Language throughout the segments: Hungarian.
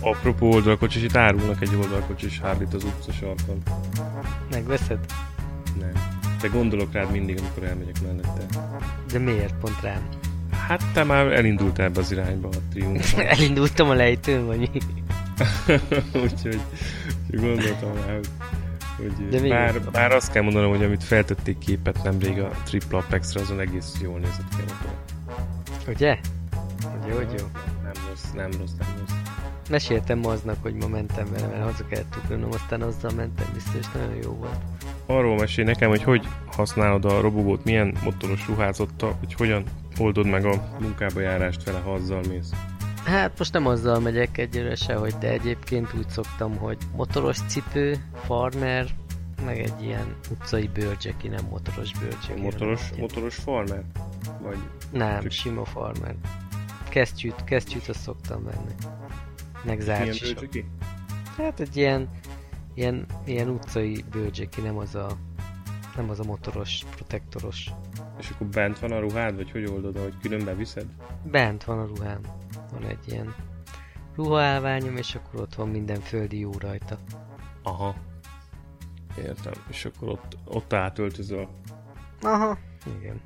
Apropó oldalkocsis, itt árulnak egy oldalkocsis Harley-t az utca sarkon. Megveszed? Nem. De gondolok rád mindig, amikor elmegyek mellette. De miért pont rám? Hát te már elindultál ebbe az irányba a triumfban. Elindultam a lejtőn, vagy mi? Úgyhogy gondoltam rá, hogy bár azt kell mondanom, hogy amit feltették képet nemrég a Triple Apex-re, azon egész jól nézett ki a motor. Ugye? Jó. Nem rossz. Meséltem aznak, hogy ma mentem vele, mert haza kellett ugranom, aztán azzal mentem biztos, nagyon jó volt. Arról mesélj nekem, hogy használod a robogót, milyen motoros ruházattal, hogy hogyan oldod meg a munkába járást vele, ha azzal mész. Hát most nem azzal megyek egyre sehogy, de egyébként úgy szoktam, hogy motoros cipő, farmer, meg egy ilyen utcai bőrcseki, nem motoros bőrcseki. Motoros farmer? Vagy nem, csak sima farmer. Kesztyűt azt szoktam venni. Meg zárcsisok. Hát egy ilyen utcai bőrcseki, nem az a motoros, protektoros. És akkor bent van a ruhád, vagy hogy oldod, hogy különben viszed? Bent van a ruhám. Van egy ilyen ruhaállványom, és akkor ott van minden földi jó rajta. Aha. Értem. És akkor ott átöltözöl. Aha. Igen.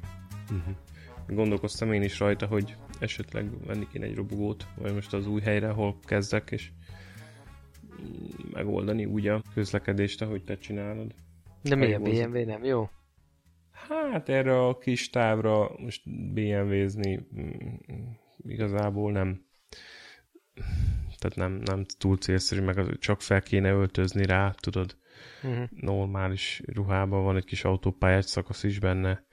Gondolkoztam én is rajta, hogy esetleg venni kéne egy robogót, vagy most az új helyre, ahol kezdek, és megoldani úgy a közlekedést, ahogy te csinálod. De mi a BMW nem jó? Hát erre a kis távra most BMW-zni igazából nem. Tehát nem túl célszerű, meg csak fel kéne öltözni rá, tudod. Normális ruhában van egy kis autópályás szakasz is benne.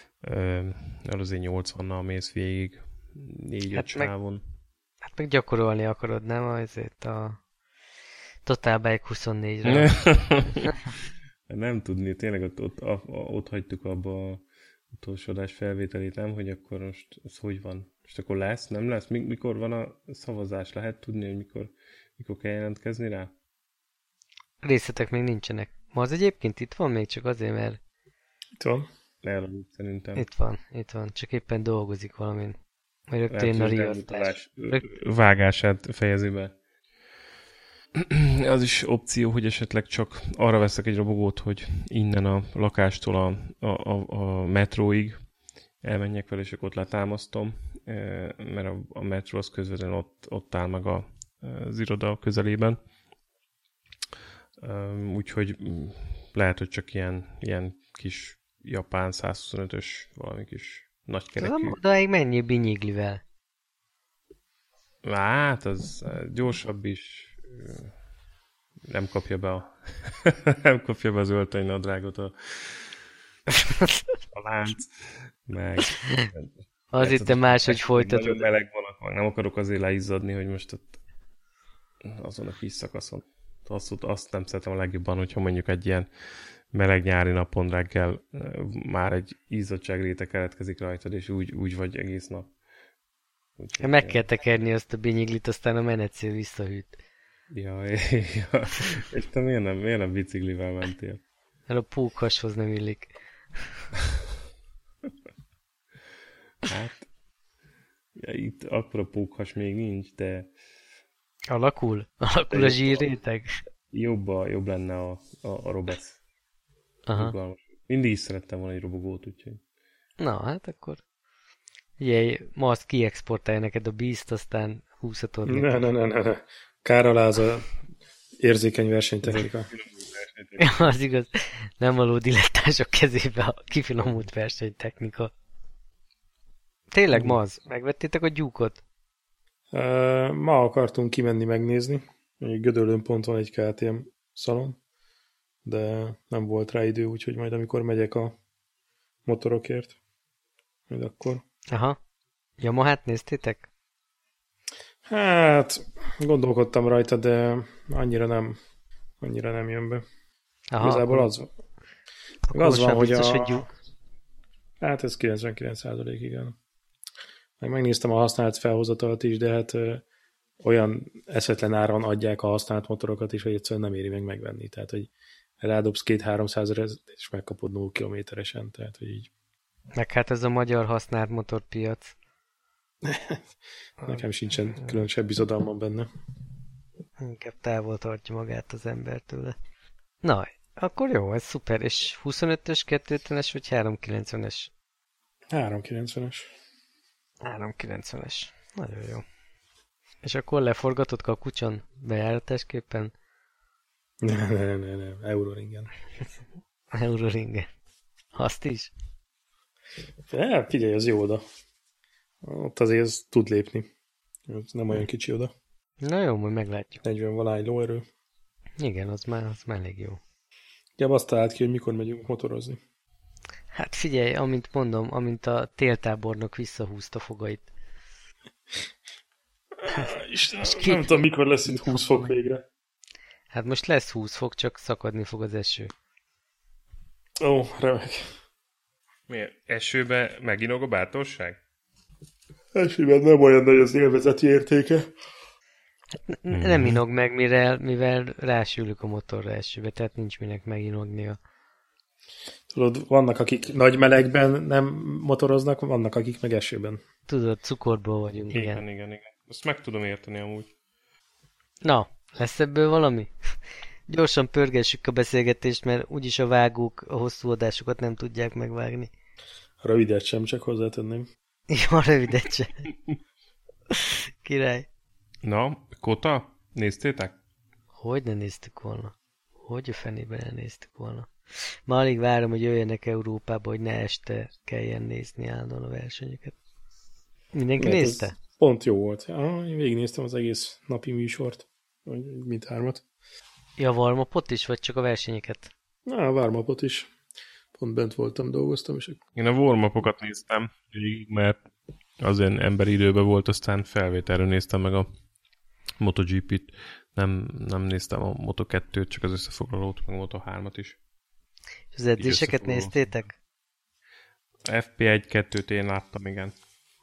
Azért 80-nal mész végig 4-5 sávon. Hát meg gyakorolni akarod, nem? Azért a Total Bike 24-re. Nem tudni, tényleg ott hagytuk abba a utolsó adás felvételét, nem? Hogy akkor most az hogy van? Most akkor lesz, nem lesz? Mikor van a szavazás? Lehet tudni, hogy mikor kell jelentkezni rá? Részletek még nincsenek. Ma az egyébként itt van még csak azért, mert... Itt van. Leelaludt szerintem. Itt van. Csak éppen dolgozik valamin. Vagy rögtön a riasztás. Vágását fejezi be. Az is opció, hogy esetleg csak arra veszek egy robogót, hogy innen a lakástól a metróig elmenjek vele, és akkor ott letámasztom, mert a metró az közvetlenül ott áll meg az iroda közelében. Úgyhogy lehet, hogy csak ilyen kis japán 125-ös valami kis nagykerekű. De mennyi binyiglivel? Hát, az gyorsabb is. Nem kapja be az öltönynadrágot a lánc. Meg... Az itt te máshogy folytatod. Nagyon meleg van, nem akarok azért leizzadni, hogy most ott azon a kis szakaszon. Azt nem szeretem a legjobban, hogyha mondjuk egy ilyen meleg nyári napon reggel már egy izzadságréteg keletkezik rajtad, és úgy vagy egész nap. Meg kell tekerni azt a binyiglit, aztán a menetszél visszahűt. Ja. És te miért nem biciklivel mentél? Mert a pókhashoz nem illik. Hát, itt akkora pókhas még nincs, de... Alakul a zsírréteg? Jobb lenne a robesz. Aha. Mindig is szerettem volna egy robogót, úgyhogy... Na, hát akkor... Ugye, ma azt kiexportálja neked a Beast, aztán húzhatod. Ne. Kár alá az a érzékeny versenytechnika. Ja, az igaz. Nem való dilettások kezébe a kifinomult versenytechnika. Tényleg ma az? Megvettétek a Duke-ot? Ma akartunk kimenni megnézni. Gödöllőn pont van egy KTM szalon, de nem volt rá idő, úgyhogy majd amikor megyek a motorokért, majd akkor. Aha. Yamahát néztétek? Hát, gondolkodtam rajta, de annyira nem jön be. Aha, igazából az van, hogy biztos, hogy Duke. Hát ez 99% igen. Megnéztem a használt felhozatalt is, de hát olyan eszetlen áron adják a használt motorokat is, hogy egyszerűen nem éri meg megvenni. Tehát, hogy rádobsz 200-300 ezer, és megkapod 0 kilométeresen. Tehát, hogy így. Meg hát ez a magyar használt motorpiac. Nekem sincsen különösebb bizodalmam benne. Inkább távol tartja magát az embertől. Na, akkor jó, ez szuper. És 25-ös, 250-es vagy 390-es? 390-es. 390-es. Nagyon jó. És akkor leforgatott kakucson bejáratásképpen? Nem. Euroringen. Euroringen. Azt is? Figyelj, az jó oda. Ott azért ez tud lépni. Ez nem olyan kicsi oda. Na jó, majd meglátjuk. 40 valány lóerő. Igen, az már elég jó. Ja, azt talált ki, hogy mikor megyünk motorozni. Hát figyelj, amint mondom, amint a téltábornok visszahúzta fogait. Istenem, nem tudom, mikor lesz itt 20 fok végre. Hát most lesz 20 fok, csak szakadni fog az eső. Ó, remek. Miért? Esőbe meginog a bátorság? Esőben nem olyan nagy az élvezeti értéke. Nem inog meg, mivel rásülök a motorra esőbe, tehát nincs minek meginognia. Tudod, vannak, akik nagy melegben nem motoroznak, vannak, akik meg esőben. Tudod, cukorból vagyunk. Igen. Azt meg tudom érteni amúgy. Na, lesz ebből valami? Gyorsan pörgessük a beszélgetést, mert úgyis a vágók a hosszú adásokat nem tudják megvágni. Rövidet sem, csak hozzátenném. Jó, rövidet sem. Király. Na, Kota? Néztétek? Hogy ne néztük volna? Hogy a fenében elnéztük volna? Ma alig várom, hogy jöjjenek Európába, hogy ne este kelljen nézni állandóan a versenyeket. Mindenki nézte? Pont jó volt. Én végignéztem az egész napi műsort. Mindhármat. Ja, a warm-upot is, vagy csak a versenyeket? A warm-upot is. Pont bent voltam, dolgoztam, és... Én a warm-upokat néztem, mert az én emberi időben volt, aztán felvételről néztem meg a MotoGP-t. Nem néztem a Moto2-t, csak az összefoglalót, meg a Moto3-at is. És az edzéseket néztétek? FP1-2-t én láttam, igen.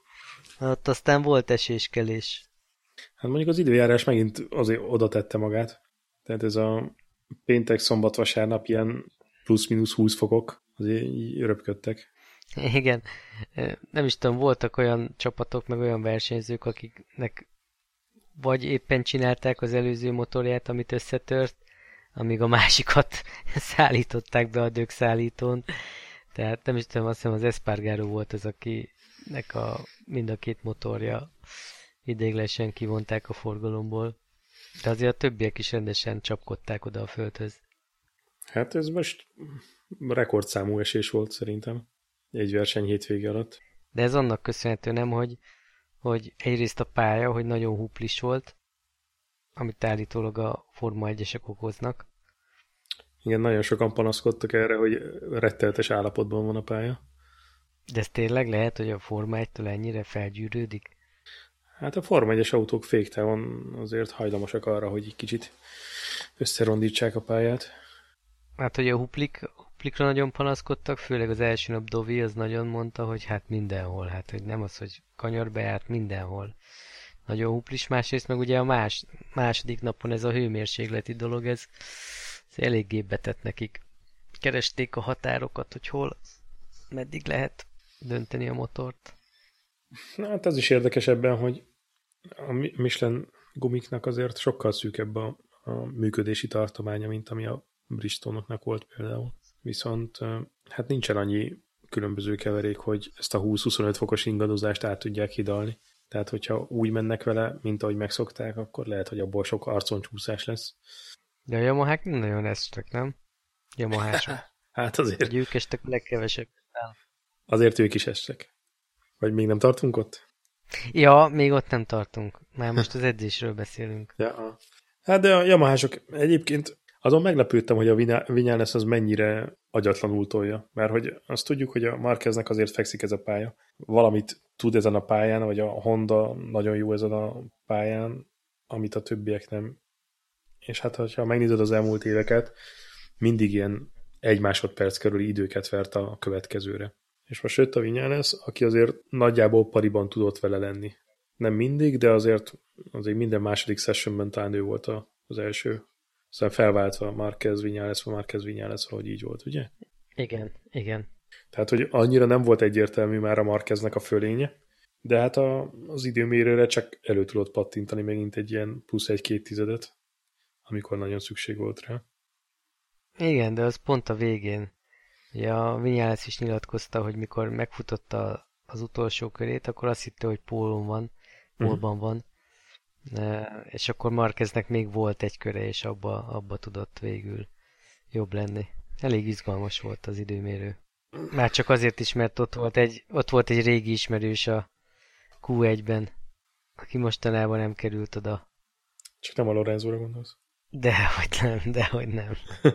Ott aztán volt eséskelés. Hát mondjuk az időjárás megint azért oda tette magát. Tehát ez a péntek, szombat, vasárnap ilyen plusz-minusz 20 fokok, azért így röpködtek. Igen. Nem is tudom, voltak olyan csapatok, meg olyan versenyzők, akiknek vagy éppen csinálták az előző motorját, amit összetört, amíg a másikat szállították be a dögszállítón. Tehát nem is tudom, azt hiszem az Espargaro volt az, akinek mind a két motorja ideiglenesen kivonták a forgalomból. De azért a többiek is rendesen csapkodták oda a földhöz. Hát ez most rekordszámú esés volt szerintem. Egy verseny hétvége alatt. De ez annak köszönhető, nem, hogy egyrészt a pálya, hogy nagyon huplis volt, amit állítólag a Forma 1-esek okoznak. Igen, nagyon sokan panaszkodtak erre, hogy rettenetes állapotban van a pálya. De ez tényleg lehet, hogy a Forma 1-től ennyire felgyűrődik? Hát a Forma 1-es autók féktávon azért hajlamosak arra, hogy egy kicsit összerondítsák a pályát. Hát, hogy a huplikra nagyon panaszkodtak, főleg az első nap Dovi az nagyon mondta, hogy hát mindenhol, hát hogy nem az, hogy kanyarbe járt, mindenhol. Nagyon huplis, másrészt meg ugye a második napon ez a hőmérsékleti dolog, ez eléggé betett nekik. Keresték a határokat, hogy hol, meddig lehet dönteni a motort. Na, hát ez is érdekes ebben, hogy a Michelin gumiknak azért sokkal szűkebb a működési tartománya, mint ami a Bridgestonoknak volt például. Viszont hát nincsen annyi különböző keverék, hogy ezt a 20-25 fokos ingadozást át tudják hidalni. Tehát, hogyha úgy mennek vele, mint ahogy megszokták, akkor lehet, hogy abból sok arconcsúszás lesz. De a Yamahák nem nagyon estek, nem? Yamahások. Hát azért. Ők estek a legkevesebb. Azért ők is estek. Vagy még nem tartunk ott? Ja, még ott nem tartunk. Már most az edzésről beszélünk. Ja. Hát de a Yamahások egyébként azon meglepődtem, hogy a Viñales az mennyire agyatlanul tolja. Mert hogy azt tudjuk, hogy a Marqueznek azért fekszik ez a pálya. Valamit tud ezen a pályán, vagy a Honda nagyon jó ezen a pályán, amit a többiek nem. És hát, ha megnézed az elmúlt éveket, mindig ilyen 1 másodperc körüli időket vert a következőre. És most jött a Viñales, aki azért nagyjából pariban tudott vele lenni. Nem mindig, de azért minden második sessionben talán ő volt az első. Aztán felváltva Marquez Viñales, valahogy így volt, ugye? Igen. Tehát, hogy annyira nem volt egyértelmű már a Marqueznek a fölénye, de hát az időmérőre csak elő tudott pattintani megint egy ilyen plusz 1-2 tizedet. amikor nagyon szükség volt rá. Igen, de az pont a végén. Ja, a Vinyales is nyilatkozta, hogy mikor megfutotta az utolsó körét, akkor azt hitte, hogy pólban van, és akkor Marqueznek még volt egy köre, és abba tudott végül jobb lenni. Elég izgalmas volt az időmérő. Már csak azért is, mert ott volt egy régi ismerős a Q1-ben, aki mostanában nem került oda. Csak nem a Lorenzóra gondolsz? Dehogy nem.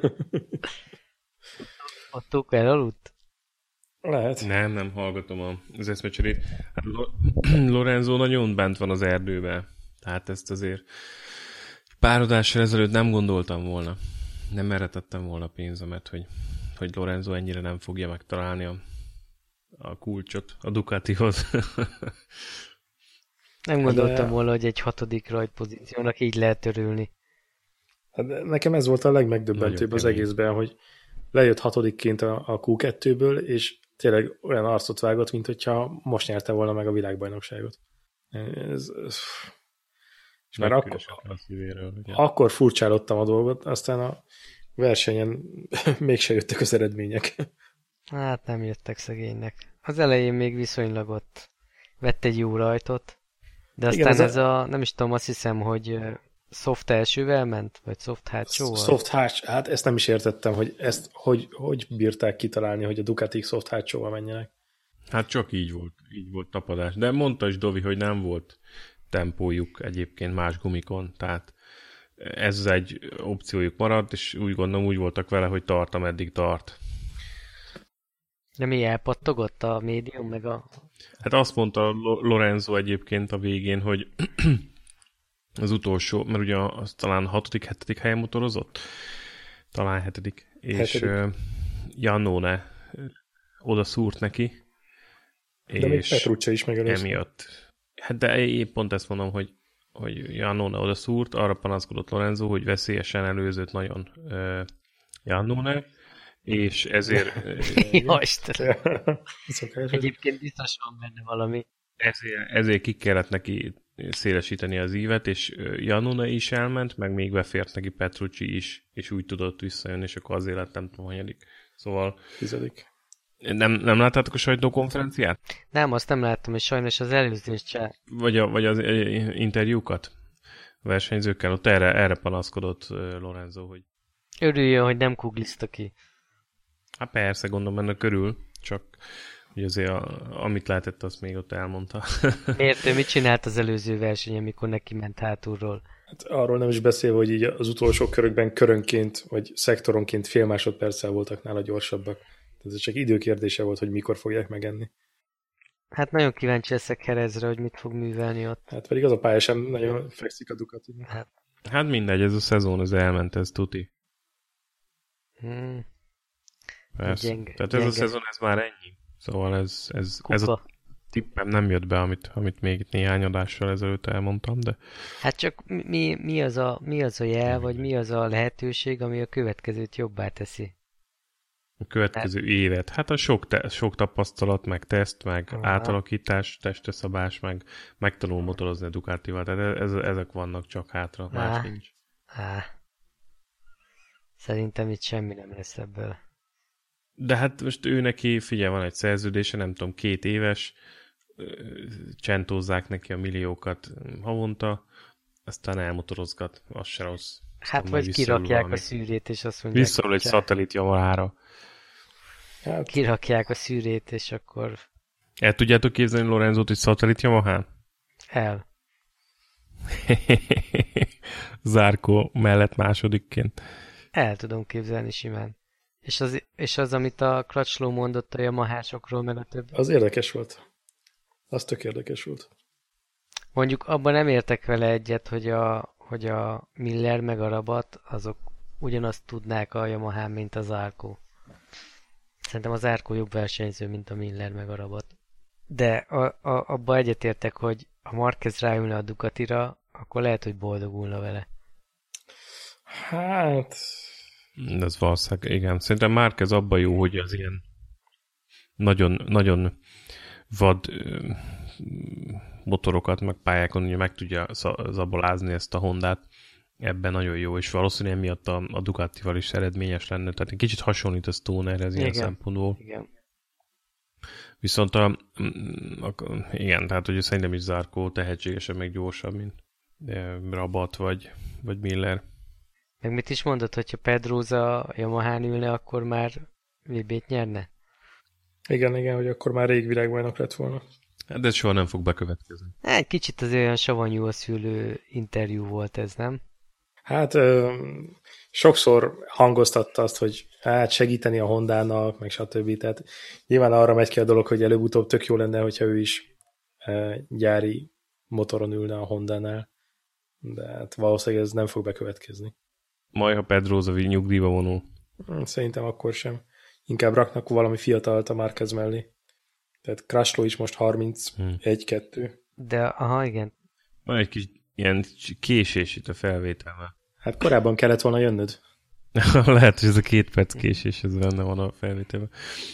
Ott Tóka elaludt? Lehet. Nem hallgatom az eszmecserét. Hát Lorenzo nagyon bent van az erdőben. Tehát ezt azért pár adással ezelőtt nem gondoltam volna. Nem meretettem volna pénzemet, hogy Lorenzo ennyire nem fogja megtalálni a kulcsot a Ducatihoz. Nem gondoltam volna, hogy egy 6. rajtpozíciónak így lehet örülni. Hát nekem ez volt a legmegdöbbentőbb az egészben, hogy lejött 6-ként a Q2-ből, és tényleg olyan arcot vágott, mint hogyha most nyerte volna meg a világbajnokságot. És már akkor furcsálottam a dolgot, aztán a versenyen mégse jöttek az eredmények. Hát nem jöttek szegénynek. Az elején még viszonylag ott vett egy jó rajtot, de aztán igen, ez nem is tudom, azt hiszem, hogy soft elsővel ment, vagy soft hátsóval? Soft hát ezt nem is értettem, hogy ezt hogy bírták kitalálni, hogy a Ducatik soft hátsóval menjenek. Hát csak így volt tapadás. De mondta is Dovi, hogy nem volt tempójuk egyébként más gumikon, tehát ez egy opciójuk maradt, és úgy gondolom úgy voltak vele, hogy tart, ameddig tart. De mi elpattogott a médium, meg a... Hát azt mondta Lorenzo egyébként a végén, hogy az utolsó, mert ugye az talán 6.-7. helyen motorozott? Talán 7. És Iannone oda szúrt neki. De még Petrucci is megelőzte. Emiatt. Hát de épp pont ezt mondom, hogy Iannone oda szúrt, arra panaszkodott Lorenzo, hogy veszélyesen előzött nagyon Iannone, és ezért... Ja, Istenem. Egyébként biztos van benne valami. Ezért ki kellett neki szélesíteni az ívet, és Iannone is elment, meg még befért neki Petrucci is, és úgy tudott visszajönni, és akkor azért lett nem tudom, hanyadik. Szóval... 10. Nem láttátok a sajtókonferenciát? Nem, azt nem láttam, és sajnos az előzést sem. Vagy az interjúkat a versenyzőkkel, ott erre panaszkodott Lorenzo, hogy... Örüljön, hogy nem kuglizta ki. Hát persze, gondolom ennek körül, csak hogy azért amit lehetett, azt még ott elmondta. Miért? Ő mit csinált az előző versenyen, amikor neki ment hátulról? Hát arról nem is beszélve, hogy így az utolsó körökben körönként, vagy szektoronként fél másodperccel voltak nála gyorsabbak. Ez csak időkérdése volt, hogy mikor fogják megenni. Hát nagyon kíváncsi leszek Jerezre, hogy mit fog művelni ott. Hát pedig az a pálya sem nagyon fekszik a Ducati. Hát mindegy, ez a szezon, ez elment, ez tuti. Persze. Tehát ez a szezon, ez már ennyi. Szóval ez a tippem nem jött be, amit még itt néhány adással ezelőtt elmondtam, de... Hát csak mi az a jel, vagy mi az a lehetőség, ami a következőt jobbá teszi? A következő évet. Hát a sok tapasztalat, meg teszt, meg átalakítás, testeszabás, meg megtanul motorozni a Ducatival. Tehát ezek vannak csak hátra, más nincs. Szerintem itt semmi nem lesz ebből. De hát most ő neki, figyelj, van egy szerződése, nem tudom, 2 éves, csentózzák neki a milliókat havonta, aztán elmotorozgat, az se rossz. Hát vagy kirakják a szűrét, és azt mondják... Visszaül egy szatellit Yamahára. Hát... Kirakják a szűrét, és akkor... El tudjátok képzelni Lorenzót egy szatellit Yamahán? El. Zárkó mellett másodikként. El tudom képzelni simán. És az, amit a Crutchlow mondott a Yamahásokról, meg a többi. Az érdekes volt. Az tök érdekes volt. Mondjuk abban nem értek vele egyet, hogy a Miller meg a Rabat, azok ugyanazt tudnák a Yamahán, mint az Zarco. Szerintem az Zarco jobb versenyző, mint a Miller meg a Rabat. De abban egyetértek, hogy ha Marquez ráülne a Ducatira, akkor lehet, hogy boldogulna vele. Hát... Ez valószínűleg, igen. Szerintem Marquez abban jó, hogy az ilyen nagyon, nagyon vad motorokat, meg pályákon ugye meg tudja zabolázni ezt a Hondát, ebben nagyon jó, és valószínűleg emiatt a Ducatival is eredményes lenne. Tehát egy kicsit hasonlít a Stonerhez ilyen szempontból. Igen. Viszont igen, tehát hogy szerintem is Zarco tehetségesen meg gyorsabb, mint Rabat vagy Miller. Meg mit is mondod, hogyha Pedrosa Yamahán ülne, akkor már VB-t nyerne? Igen, hogy akkor már rég világbajnok lett volna. De soha nem fog bekövetkezni. Egy kicsit az olyan savanyú a szülő interjú volt ez, nem? Hát sokszor hangoztatta azt, hogy hát segíteni a Hondának, meg stb. Tehát nyilván arra megy ki a dolog, hogy előbb-utóbb tök jó lenne, hogyha ő is gyári motoron ülne a Hondánál. De hát valószínűleg ez nem fog bekövetkezni. Majd, ha Pedrosa nyugdíjba vonul. Szerintem akkor sem. Inkább raknak valami fiatalt a Márquez mellé. Tehát Crutchlow is most 31-2. De, aha, igen. Van egy kis ilyen késés itt a felvételben. Hát korábban kellett volna jönnöd. Lehet, hogy ez a 2 perc késés, ez benne van a felvételben.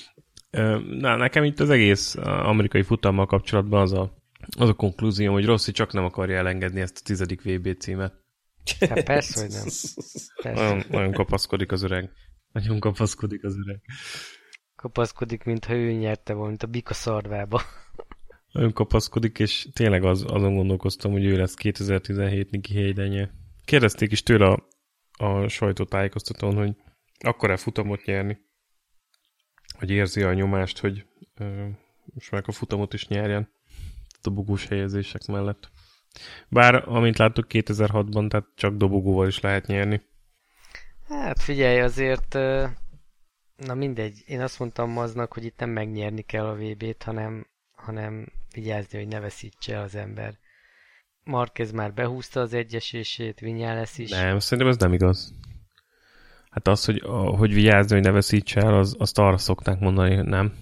Na, nekem itt az egész amerikai futammal kapcsolatban az a konklúzióm, hogy Rossi csak nem akarja elengedni ezt a 10. VB címet. Hát persze, hogy nem. Persze. Nagyon kapaszkodik az öreg. Nagyon kapaszkodik az öreg. Kapaszkodik, mintha ő nyerte volna, mint a bika szarvába. Nagyon kapaszkodik, és tényleg azon gondolkoztam, hogy ő lesz 2017 Niki Haydenje. Kérdezték is tőle a sajtótájékoztatón, hogy akar-e futamot nyerni? Hogy érzi a nyomást, hogy most már a futamot is nyerjen a dobogós helyezések mellett. Bár, amint láttuk 2006-ban, tehát csak dobogóval is lehet nyerni. Hát figyelj, azért na mindegy, én azt mondtam Maznak, hogy itt nem megnyerni kell a VB-t, hanem vigyázni, hogy ne veszítse el az ember. Márquez már behúzta az egyesését, Viñales is. Nem, szerintem ez nem igaz. Hát az, hogy vigyázni, hogy ne veszítse el, azt arra szokták mondani, nem?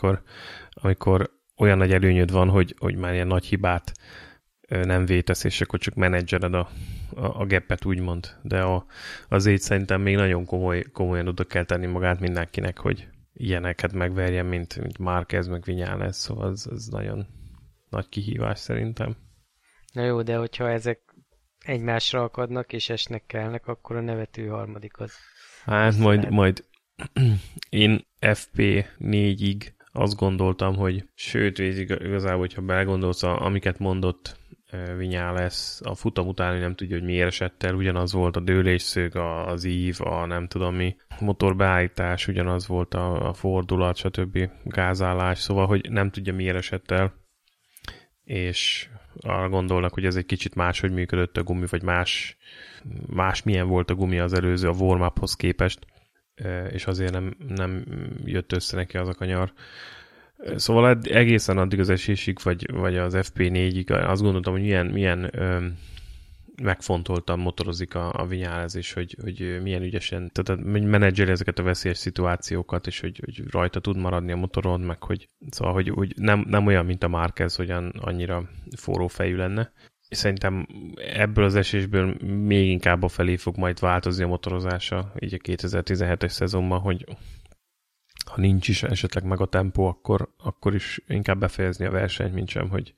Amikor olyan nagy előnyöd van, hogy már ilyen nagy hibát nem vétesz, és akkor csak menedzsered a gapet, úgymond. De azért szerintem még nagyon komolyan oda kell tenni magát mindenkinek, hogy ilyeneket megverjen, mint Márquez, meg Viñales, szóval ez nagyon nagy kihívás szerintem. Na jó, de hogyha ezek egymásra akadnak és esnek kellnek, akkor a nevető harmadik az. Hát majd én FP4-ig azt gondoltam, hogy sőt, igazából, hogyha belegondolsz, amiket mondott Viñales a futam után, nem tudja, hogy miért esett el, ugyanaz volt a dőlésszög, az ív, a nem tudom mi, motorbeállítás, ugyanaz volt a fordulat, stb. Gázállás, szóval, hogy nem tudja, miért esett el, és arra gondolnak, hogy ez egy kicsit máshogy működött a gumi, vagy más milyen volt a gumi az előző, a warm-uphoz képest, és azért nem jött össze neki az a kanyar. Szóval egészen addig az esésig, vagy az FP4-ig azt gondoltam, hogy milyen megfontoltan motorozik a Viñales, és hogy milyen ügyesen, tehát menedzseli ezeket a veszélyes szituációkat, és hogy rajta tud maradni a motoron, meg szóval, hogy nem olyan, mint a Márquez, hogy annyira forró fejű lenne. És szerintem ebből az esésből még inkább a felé fog majd változni a motorozása, így a 2017-es szezonban, hogy ha nincs is esetleg meg a tempó, akkor is inkább befejezni a versenyt, mint sem, hogy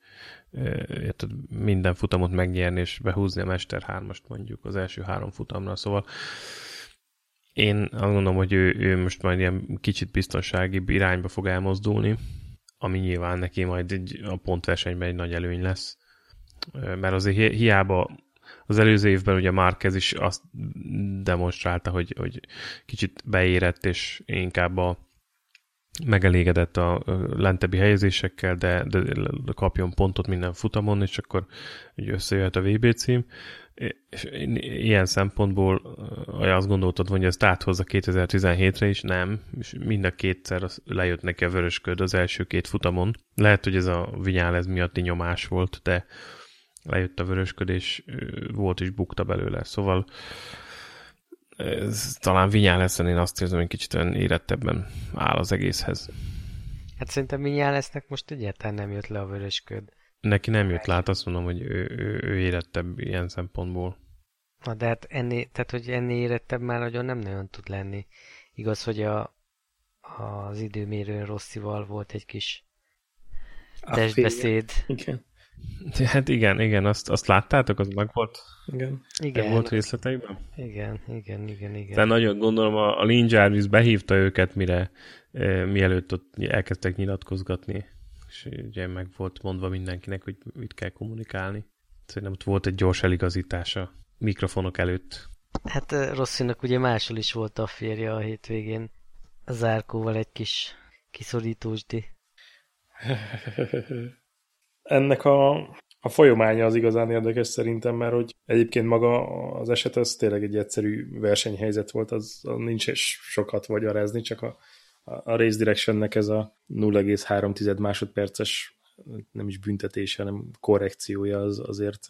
minden futamot megnyerni, és behúzni a Mester 3-ast mondjuk az első 3 futamra. Szóval én azt gondolom, hogy ő most majd ilyen kicsit biztonsági irányba fog elmozdulni, ami nyilván neki majd a pontversenyben egy nagy előny lesz. Mert azért hiába az előző évben ugye Márquez is azt demonstrálta, hogy kicsit beérett, és inkább megelégedett a lentebbi helyezésekkel, de kapjon pontot minden futamon, és akkor összejöhet a VB cím. És ilyen szempontból azt gondoltad, hogy ezt áthozza 2017-re is, nem, és mind a kétszer lejött neki a vörösköd az első 2 futamon. Lehet, hogy ez a Viñales miatti nyomás volt, de lejött a vörösköd, és volt is bukta belőle. Szóval talán Viñalesen én azt érzem, hogy kicsit olyan érettebben áll az egészhez. Hát szerintem Viñalesnek most egyáltalán nem jött le a vörösköd. Neki nem jött le, azt mondom, hogy ő érettebb ilyen szempontból. Na de hát ennél érettebb már nagyon nem tud lenni. Igaz, hogy az időmérőn Rossival volt egy kis testbeszéd. Igen. Hát igen, azt láttátok, az meg volt? Igen. Volt részleteiben? Igen. Tehát nagyon gondolom, a Lin Jarvis behívta őket, mielőtt ott elkezdtek nyilatkozgatni, és ugye meg volt mondva mindenkinek, hogy mit kell kommunikálni. Szerintem ott volt egy gyors eligazítása mikrofonok előtt. Hát Rossinak ugye máshol is volt a férje a hétvégén. A Zárkóval egy kis kiszorítósdi. Ennek a folyamánya az igazán érdekes szerintem, mert hogy egyébként maga az eset az tényleg egy egyszerű versenyhelyzet volt, az nincs is sokat magyarázni, csak a Race Directionnek ez a 0,3 másodperces nem is büntetése, hanem korrekciója az azért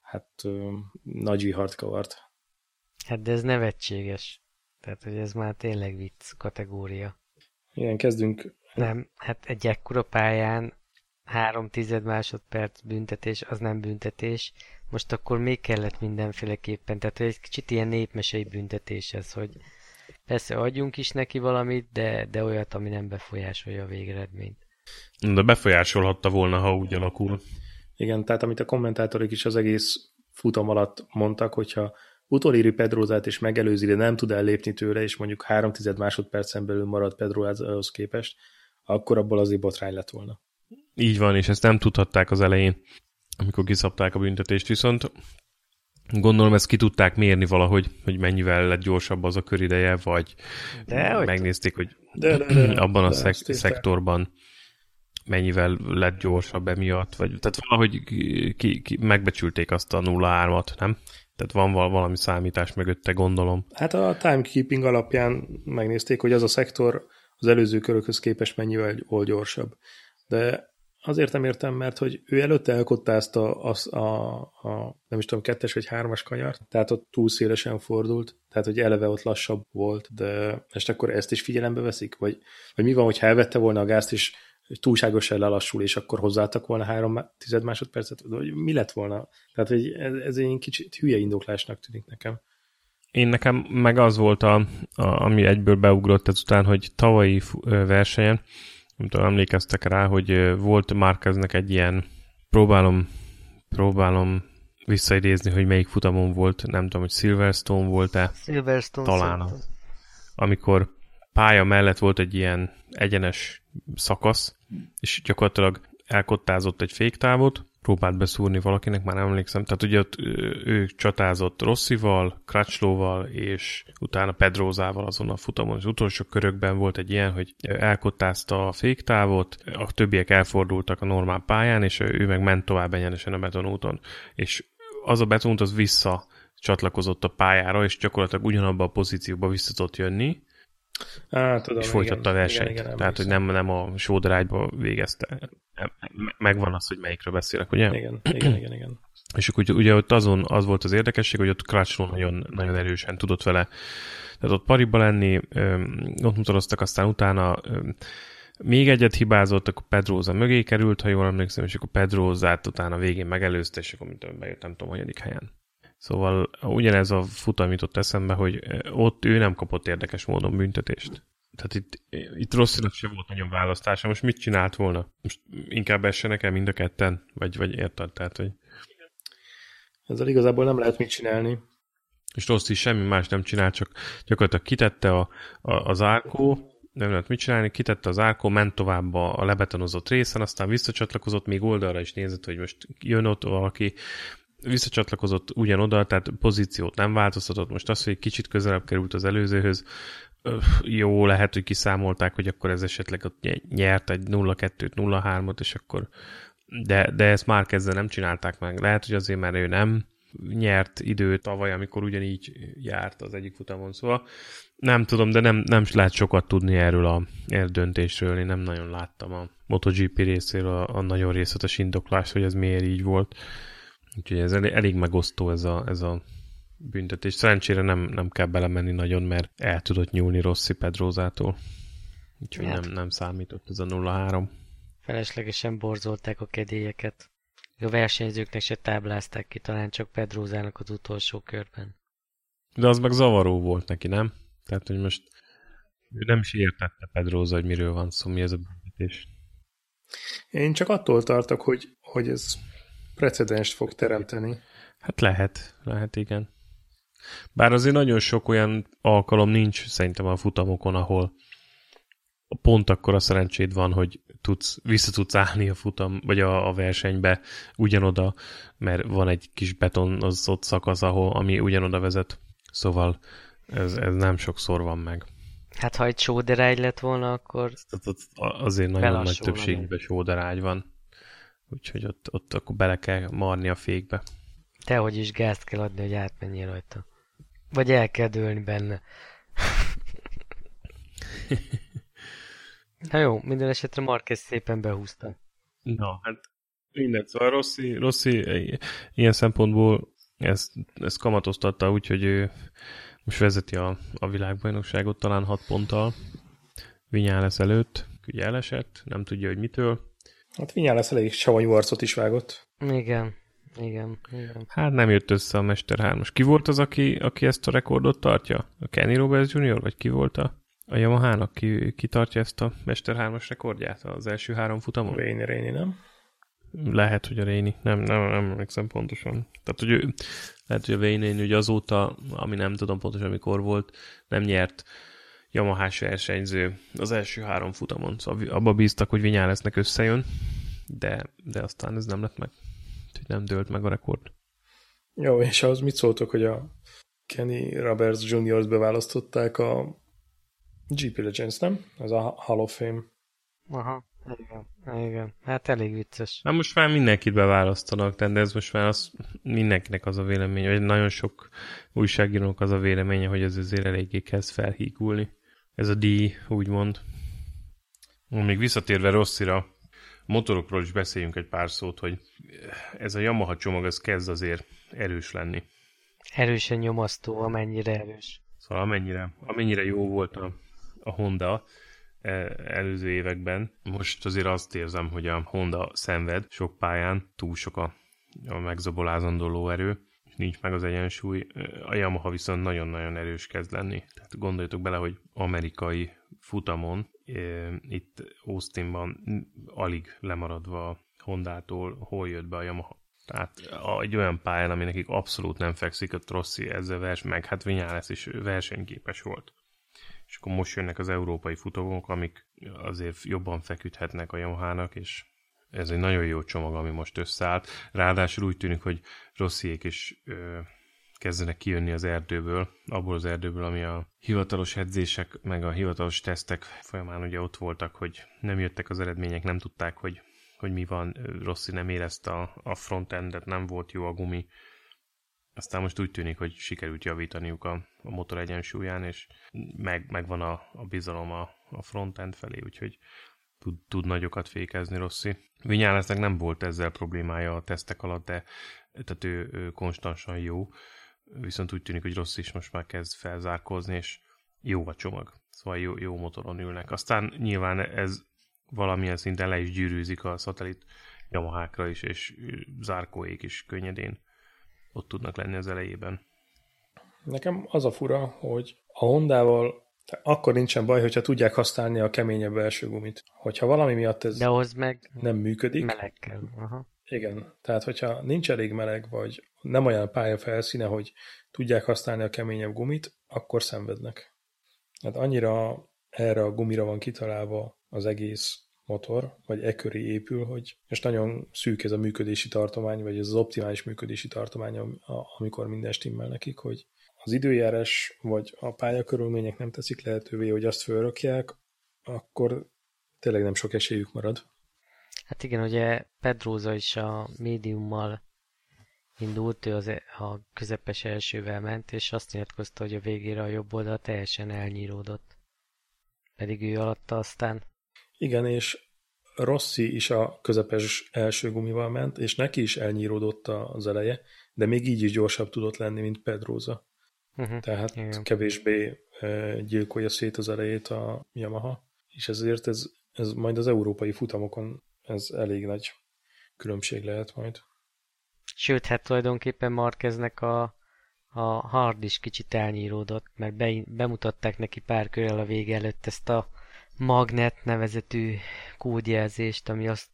nagy vihart kavart. Hát de ez nevetséges. Tehát, hogy ez már tényleg vicc kategória. Igen, kezdünk. Nem, hát egy ekkora pályán 0,3 másodperc büntetés, az nem büntetés. Most akkor még kellett mindenféleképpen. Tehát, hogy egy kicsit ilyen népmesei büntetés ez, hogy persze adjunk is neki valamit, de olyat, ami nem befolyásolja a végeredményt. De befolyásolhatta volna, ha úgy alakul. Igen, tehát amit a kommentátorok is az egész futam alatt mondtak, hogyha utoléri Pedrózát és megelőzi, de nem tud ellépni tőle, és mondjuk 0,3 másodpercen belül marad Pedrózához képest, akkor abból azért botrány lett volna. Így van, és ezt nem tudhatták az elején, amikor kiszabták a büntetést, viszont gondolom ezt ki tudták mérni valahogy, hogy mennyivel lett gyorsabb az a körideje, vagy megnézték, hogy abban a szektorban mennyivel lett gyorsabb emiatt, vagy tehát valahogy megbecsülték azt a 0,3-at, nem? Tehát van valami számítás mögötte, gondolom. Hát a timekeeping alapján megnézték, hogy az a szektor az előző körökhöz képest mennyivel volt gyorsabb. De azért nem értem, mert hogy ő előtte elkottázta nem is tudom, 2-es vagy 3-as kanyart, tehát ott túl szélesen fordult, tehát hogy eleve ott lassabb volt, de most akkor ezt is figyelembe veszik? Vagy mi van, hogyha elvette volna a gázt, és túlságosan lelassul, és akkor hozzáadtak volna 0,3 másodpercet? Vagy mi lett volna? Tehát hogy ez egy kicsit hülye indoklásnak tűnik nekem. Nekem meg az volt, ami egyből beugrott ezután, hogy tavalyi versenyen, nem tudom, emlékeztek rá, hogy volt Márqueznek egy ilyen, próbálom visszaidézni, hogy melyik futamon volt, nem tudom, hogy Silverstone volt-e? Silverstone. Talán. Amikor pálya mellett volt egy ilyen egyenes szakasz, és gyakorlatilag elkottázott egy féktávot, próbált beszúrni valakinek, már nem emlékszem. Tehát ugye ott ő csatázott Rossival, Crutchlowval, és utána Pedrózával azon a futamon. Az utolsó körökben volt egy ilyen, hogy elkottázta a féktávot, a többiek elfordultak a normál pályán, és ő meg ment tovább egyenesen a betonúton. És az a betonút az vissza csatlakozott a pályára, és gyakorlatilag ugyanabba a pozícióba vissza tudott jönni, tudom, és folytatta a versenyt. Igen, tehát, hogy nem a sóderágyba végezte. Megvan az, hogy melyikről beszélek, ugye? Igen. És akkor ugye ott az volt az érdekesség, hogy ott Crutchlow nagyon, nagyon erősen tudott vele. Tehát ott pariba lenni, ott motoroztak, aztán utána még egyet hibázott, akkor Pedrosa mögé került, ha jól emlékszem, és akkor Pedrosát utána végén megelőzte, és akkor bejött, nem tudom, hanyadik helyen. Szóval ugyanez a futam jutott eszembe, hogy ott ő nem kapott érdekes módon büntetést. Tehát itt Rossinak sem volt nagyon választása. Most mit csinált volna? Most inkább essenek el mind a ketten? Vagy érted? Tehát, hogy... Ezzel igazából nem lehet mit csinálni. És Rossi semmi más nem csinált, csak gyakorlatilag kitette az árkó, nem lehet mit csinálni, kitette az árkó, ment tovább a lebetonozott részen, aztán visszacsatlakozott, még oldalra is nézett, hogy most jön ott valaki, visszacsatlakozott ugyanoda, tehát pozíciót nem változtatott. Most az, hogy egy kicsit közelebb került az előzőhöz, jó, lehet, hogy kiszámolták, hogy akkor ez esetleg ott nyert egy 0-2-t, 0-3-ot, és akkor de ezt már kezdve nem csinálták meg. Lehet, hogy azért, mert ő nem nyert időt tavaly, amikor ugyanígy járt az egyik futamon. Szóval nem tudom, de nem lehet sokat tudni erről a döntésről. Én nem nagyon láttam a MotoGP részéről a nagyon részletes indoklást, hogy ez miért így volt. Úgyhogy ez elég megosztó ez a büntetés. Szerencsére nem kell belemenni nagyon, mert el tudott nyúlni Rossi Pedrózától. Úgyhogy nem számított ez a 0-3. Feleslegesen borzolták a kedélyeket. A versenyzőknek se táblázták ki, talán csak Pedrózának az utolsó körben. De az meg zavaró volt neki, nem? Tehát, hogy most ő nem is értette Pedróza, hogy miről van szó, mi ez a büntetés. Én csak attól tartok, hogy ez precedenst fog teremteni. Hát lehet igen. Bár azért nagyon sok olyan alkalom nincs szerintem a futamokon, ahol pont akkor a szerencséd van, hogy vissza tudsz állni a futam, vagy a versenybe ugyanoda, mert van egy kis betonozott szakasz, ami ugyanoda vezet. Szóval ez nem sokszor van meg. Hát ha egy sóderágy lett volna, akkor... Azért nagyon nagy többségben sóderágy van. Úgyhogy ott akkor bele kell marni a fékbe. Tehogy is gázt kell adni, hogy átmenjél rajta. Vagy el kell dőlni benne. Na jó, minden esetre Marquez szépen behúzta. Na, hát mindent. Szóval Rossi ilyen szempontból ezt kamatoztatta, úgyhogy ő most vezeti a világbajnokságot talán 6 ponttal. Viñales előtt, ugye elesett, nem tudja, hogy mitől. Hát Viñales elég savanyú arcot is vágott. Igen. Hát nem jött össze a Mester 3-as. Ki volt az, aki ezt a rekordot tartja? A Kenny Roberts Jr., vagy ki volt a Yamahának? Ki tartja ezt a Mester 3-as rekordját az első 3 futamon? Rainey, nem? Lehet, hogy a Rainey. Nem emlékszem pontosan. Tehát, hogy lehet, hogy a Rainey ugye azóta, ami nem tudom pontosan mikor volt, nem nyert Yamahás versenyző az első 3 futamon. Szóval abba bíztak, hogy Viñalesnek összejön, de aztán ez nem lett meg. Úgyhogy nem dőlt meg a rekord. Jó, és ahhoz mit szóltok, hogy a Kenny Roberts Jr.-t beválasztották a GP Legends, nem? Ez a Hall of Fame. Aha, igen. Hát elég vicces. Na most már mindenkit beválasztanak, de ez most már mindenkinek az a véleménye, vagy nagyon sok újságírónak az a véleménye, hogy ez azért eléggé kezd felhígulni. Ez a díj, úgymond. Még visszatérve Rossira, motorokról is beszéljünk egy pár szót, hogy ez a Yamaha csomag, ez kezd azért erős lenni. Erősen nyomasztó, amennyire erős. Szóval amennyire jó volt a Honda előző években, most azért azt érzem, hogy a Honda szenved sok pályán, túl sok a megzabolázandó lóerő, nincs meg az egyensúly, a Yamaha viszont nagyon-nagyon erős kezd lenni. Tehát gondoljatok bele, hogy amerikai futamon, itt Austinban alig lemaradva a Hondától, hol jött be a Yamaha. Tehát egy olyan pályán, ami nekik abszolút nem fekszik, a Rossi ezzel meg hát Viñales is versenyképes volt. És akkor most jönnek az európai futamok, amik azért jobban feküdhetnek a Yamahának, és ez egy nagyon jó csomag, ami most összeállt. Ráadásul úgy tűnik, hogy Rossiék is kezdenek kijönni az erdőből, abból az erdőből, ami a hivatalos edzések, meg a hivatalos tesztek folyamán ugye ott voltak, hogy nem jöttek az eredmények, nem tudták, hogy mi van, Rossi nem érezte a frontendet, nem volt jó a gumi. Aztán most úgy tűnik, hogy sikerült javítaniuk a motor egyensúlyán, és megvan a bizalom a frontend felé, úgyhogy tud nagyokat fékezni Rossi. Viñalesnek nem volt ezzel problémája a tesztek alatt, de tehát ő konstansan jó, viszont úgy tűnik, hogy Rossi is most már kezd felzárkózni, és jó a csomag. Szóval jó motoron ülnek. Aztán nyilván ez valamilyen szinten le is gyűrűzik a szatellit Yamahákra is, és zárkóék is könnyedén ott tudnak lenni az elejében. Nekem az a fura, hogy a Hondával akkor nincsen baj, hogyha tudják használni a keményebb belső gumit. Hogyha valami miatt ez nem működik. Meleg kell. Aha. Igen, tehát hogyha nincs elég meleg, vagy nem olyan a pálya felszíne, hogy tudják használni a keményebb gumit, akkor szenvednek. Hát annyira erre a gumira van kitalálva az egész motor, vagy köré épül, hogy és nagyon szűk ez a működési tartomány, vagy ez az optimális működési tartomány, amikor minden stimmel nekik, hogy az időjárás vagy a pályakörülmények nem teszik lehetővé, hogy azt fölrakják, akkor tényleg nem sok esélyük marad. Hát igen, ugye Pedrosa is a médiummal indult, ő a közepes elsővel ment, és azt nyilatkozta, hogy a végére a jobb oldal teljesen elnyíródott. Pedig ő alatta aztán. Igen, és Rossi is a közepes első gumival ment, és neki is elnyíródott az eleje, de még így is gyorsabb tudott lenni, mint Pedrosa. Tehát igen. Kevésbé gyilkolja szét az elejét a Yamaha, és ezért ez majd az európai futamokon ez elég nagy különbség lehet majd. Sőt, hát tulajdonképpen Marqueznek a hard is kicsit elnyíródott, mert bemutatták neki pár körrel a vége előtt ezt a Magnet nevezetű kódjelzést, ami azt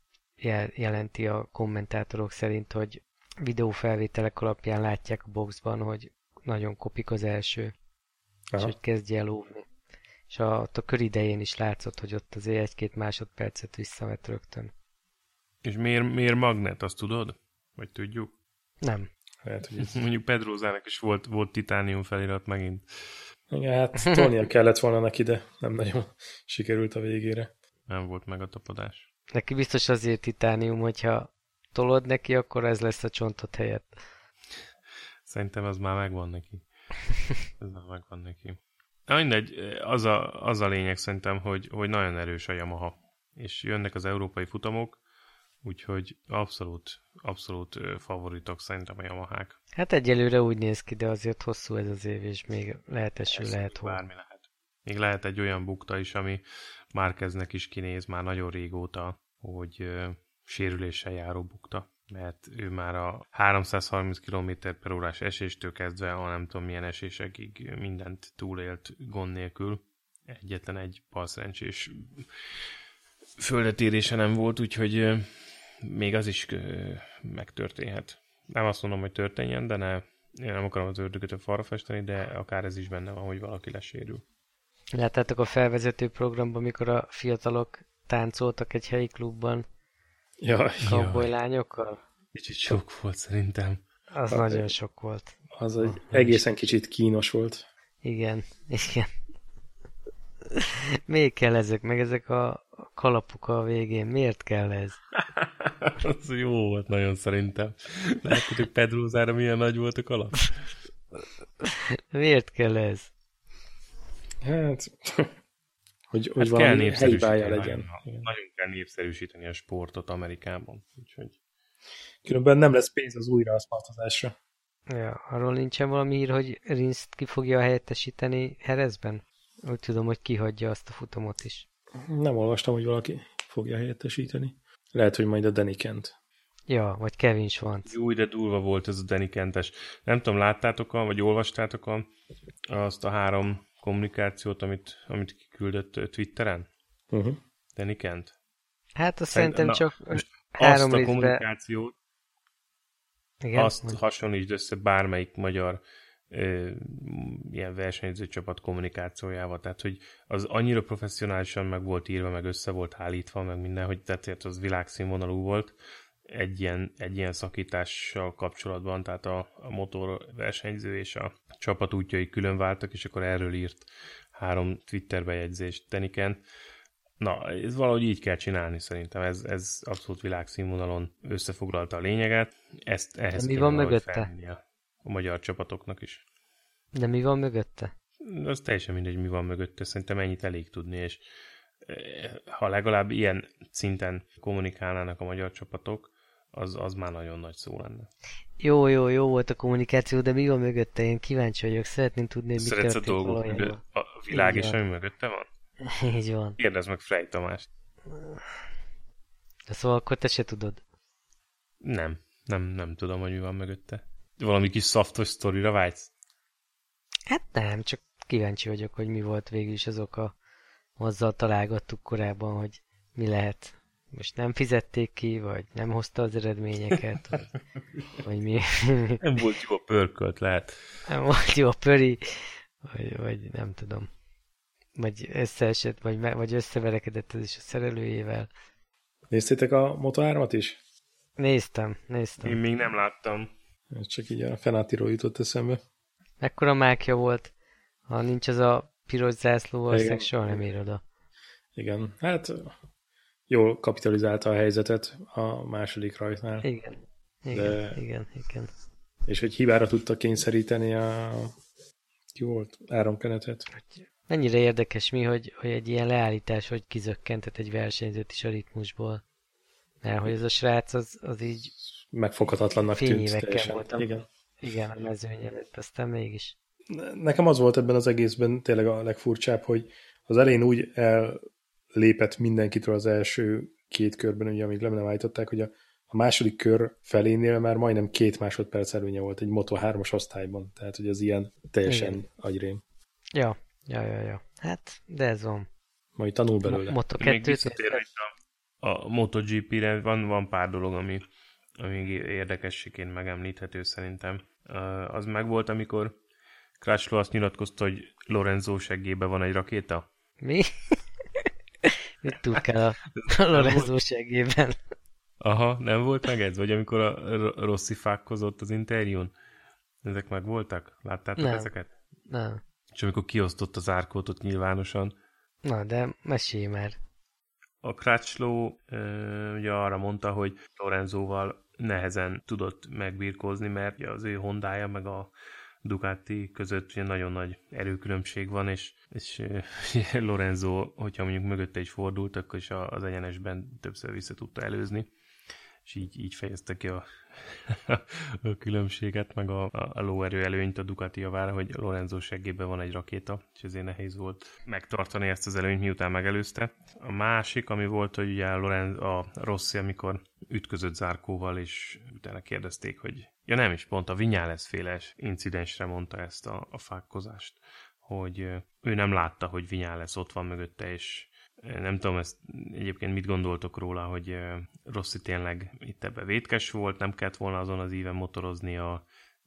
jelenti a kommentátorok szerint, hogy videófelvételek alapján látják a boxban, hogy nagyon kopik az első, és hogy kezdje el óvni. És a kör idején is látszott, hogy ott azért 1-2 másodpercet visszavett rögtön. És miért magnet, azt tudod? Vagy tudjuk? Nem. Lehet, hogy mondjuk Pedrózának is volt titánium felirat megint. Igen, hát tolnia kellett volna neki, de nem nagyon sikerült a végére. Nem volt meg a tapadás. Neki biztos azért titánium, hogyha tolod neki, akkor ez lesz a csontot helyett. Szerintem az már megvan neki. Ez már megvan neki. Na mindegy, az a lényeg szerintem, hogy nagyon erős a Yamaha. És jönnek az európai futamok, úgyhogy abszolút favoritok szerintem a Yamahák. Hát egyelőre úgy néz ki, de azért hosszú ez az év, és még lehet eső, lehet hó. Bármi lehet. Még lehet egy olyan bukta is, ami Márqueznek is kinéz már nagyon régóta, hogy sérüléssel járó bukta. Mert ő már a 330 km/h eséstől kezdve a nem tudom milyen esésekig mindent túlélt gond nélkül. Egyetlen egy balszerencsés földetérése nem volt, úgyhogy még az is megtörténhet. Nem azt mondom, hogy történjen, de én nem akarom az ördögöt a falra festeni, de akár ez is benne van, hogy valaki lesérül. Láttátok a felvezető programban, amikor a fiatalok táncoltak egy helyi klubban cowboy lányokkal? Kicsit sok volt szerintem. Az nagyon sok volt. Az egy egészen kicsit kínos volt. Igen. Miért kell ezek, meg ezek a kalapok a végén? Miért kell ez? Az jó volt nagyon szerintem. Látod, hogy Pedrózára milyen nagy volt a kalap? Miért kell ez? Hát, hogy valami helyi pálya legyen. Nagyon kell népszerűsíteni a sportot Amerikában. Úgyhogy... Különben nem lesz pénz az újraaszfaltozásra. Ja, arról nincsen valami hír, hogy Rinst ki fogja helyettesíteni Jerezben? Úgy tudom, hogy kihagyja azt a futamot is. Nem olvastam, hogy valaki fogja helyettesíteni. Lehet, hogy majd a Danny Kent. Ja, vagy Kevin Schwantz. Jó, de durva volt ez a Danny Kentes. Nem tudom, láttátok vagy olvastátok azt a 3 kommunikációt, amit kiküldött Twitteren? Danny Kent? Hát azt szerintem csak 3 azt a részbe... kommunikációt, igen, azt hasonlítsd össze bármelyik magyar ilyen versenyző csapat kommunikációjával, tehát hogy az annyira professzionálisan meg volt írva, meg össze volt állítva, meg minden, hogy tehát az világszínvonalú volt egy ilyen szakítással kapcsolatban, tehát a motor versenyző és a csapat útjai külön váltak, és akkor erről írt 3 Twitter bejegyzést Deniken. Na, ez valahogy így kell csinálni szerintem, ez abszolút világszínvonalon összefoglalta a lényeget, ehhez mi van mögötte? A magyar csapatoknak is. De mi van mögötte? Az teljesen mindegy, mi van mögötte. Szerintem ennyit elég tudni, és ha legalább ilyen szinten kommunikálnának a magyar csapatok, az már nagyon nagy szó lenne. Jó volt a kommunikáció, de mi van mögötte? Én kíváncsi vagyok, szeretném tudni, hogy mi történt valójában. A világ is, ami mögötte van? Így van. Kérdezd meg Frey Tamást. De szóval akkor te se tudod? Nem tudom, hogy mi van mögötte. Valami kis szaftos sztorira vágysz? Hát nem, csak kíváncsi vagyok, hogy mi volt végül is az oka. Azzal találgattuk korábban, hogy mi lehet. Most nem fizették ki, vagy nem hozta az eredményeket, vagy mi. Nem volt jó a pörkölt, lehet. Nem volt jó a pöri, vagy nem tudom. Vagy összeesett, vagy összeverekedett ez is a szerelőjével. Néztétek a Moto3-at is? Néztem. Én még nem láttam. Ez csak így a Fenatiról jutott eszembe. Mekkora mákja volt, ha nincs az a piros zászló, azt soha nem ér oda. Igen, hát jól kapitalizálta a helyzetet a második rajtnál. Igen. És hogy hibára tudta kényszeríteni áramkenetet. Mennyire érdekes hogy egy ilyen leállítás, hogy kizökkentett egy versenyzőt is a ritmusból. Mert hogy ez a srác az így megfoghatatlannak tűnt teljesen. Voltam. Igen, a mezőny előtt, aztán mégis. Nekem az volt ebben az egészben tényleg a legfurcsább, hogy az elején úgy ellépett mindenkitől az első 2 körben, ugye, amíg le nem állították, hogy a második kör felénél már majdnem 2 másodperc előnye volt egy Moto3-as osztályban. Tehát, hogy az ilyen teljesen agyrém. Ja. Hát, de ez van. Majd tanul belőle. Moto2-t a MotoGP-re van pár dolog, ami érdekességként megemlíthető szerintem. Az megvolt, amikor Crutchlow azt nyilatkozta, hogy Lorenzo seggében van egy rakéta. Mi? Mit tudkál a Lorenzo seggében? Aha, nem volt meg ez? Vagy amikor a Rossi fákkozott az interjún? Ezek meg voltak? Láttátok ezeket? Nem. És amikor kiosztott az árkót ott nyilvánosan. Na, de mesélj már. A Crutchlow ugye arra mondta, hogy Lorenzóval nehezen tudott megbirkózni, mert az ő Hondája meg a Ducati között ugye nagyon nagy erőkülönbség van, és Lorenzo, hogyha mondjuk mögötte is fordult, akkor is az egyenesben többször vissza tudta előzni, és így fejezte ki a különbséget, meg a lóerő előnyt a Ducati javára, hogy Lorenzo seggében van egy rakéta, és ezért nehéz volt megtartani ezt az előnyt, miután megelőzte. A másik, ami volt, hogy ugye a Rossi, amikor ütközött Zarcóval, és utána kérdezték, hogy nem is, pont a Viñales-féles incidensre mondta ezt a fákkozást, hogy ő nem látta, hogy Viñales ott van mögötte, és nem tudom, ezt egyébként mit gondoltok róla, hogy Rossi tényleg itt ebben vétkes volt, nem kellett volna azon az íven motoroznia,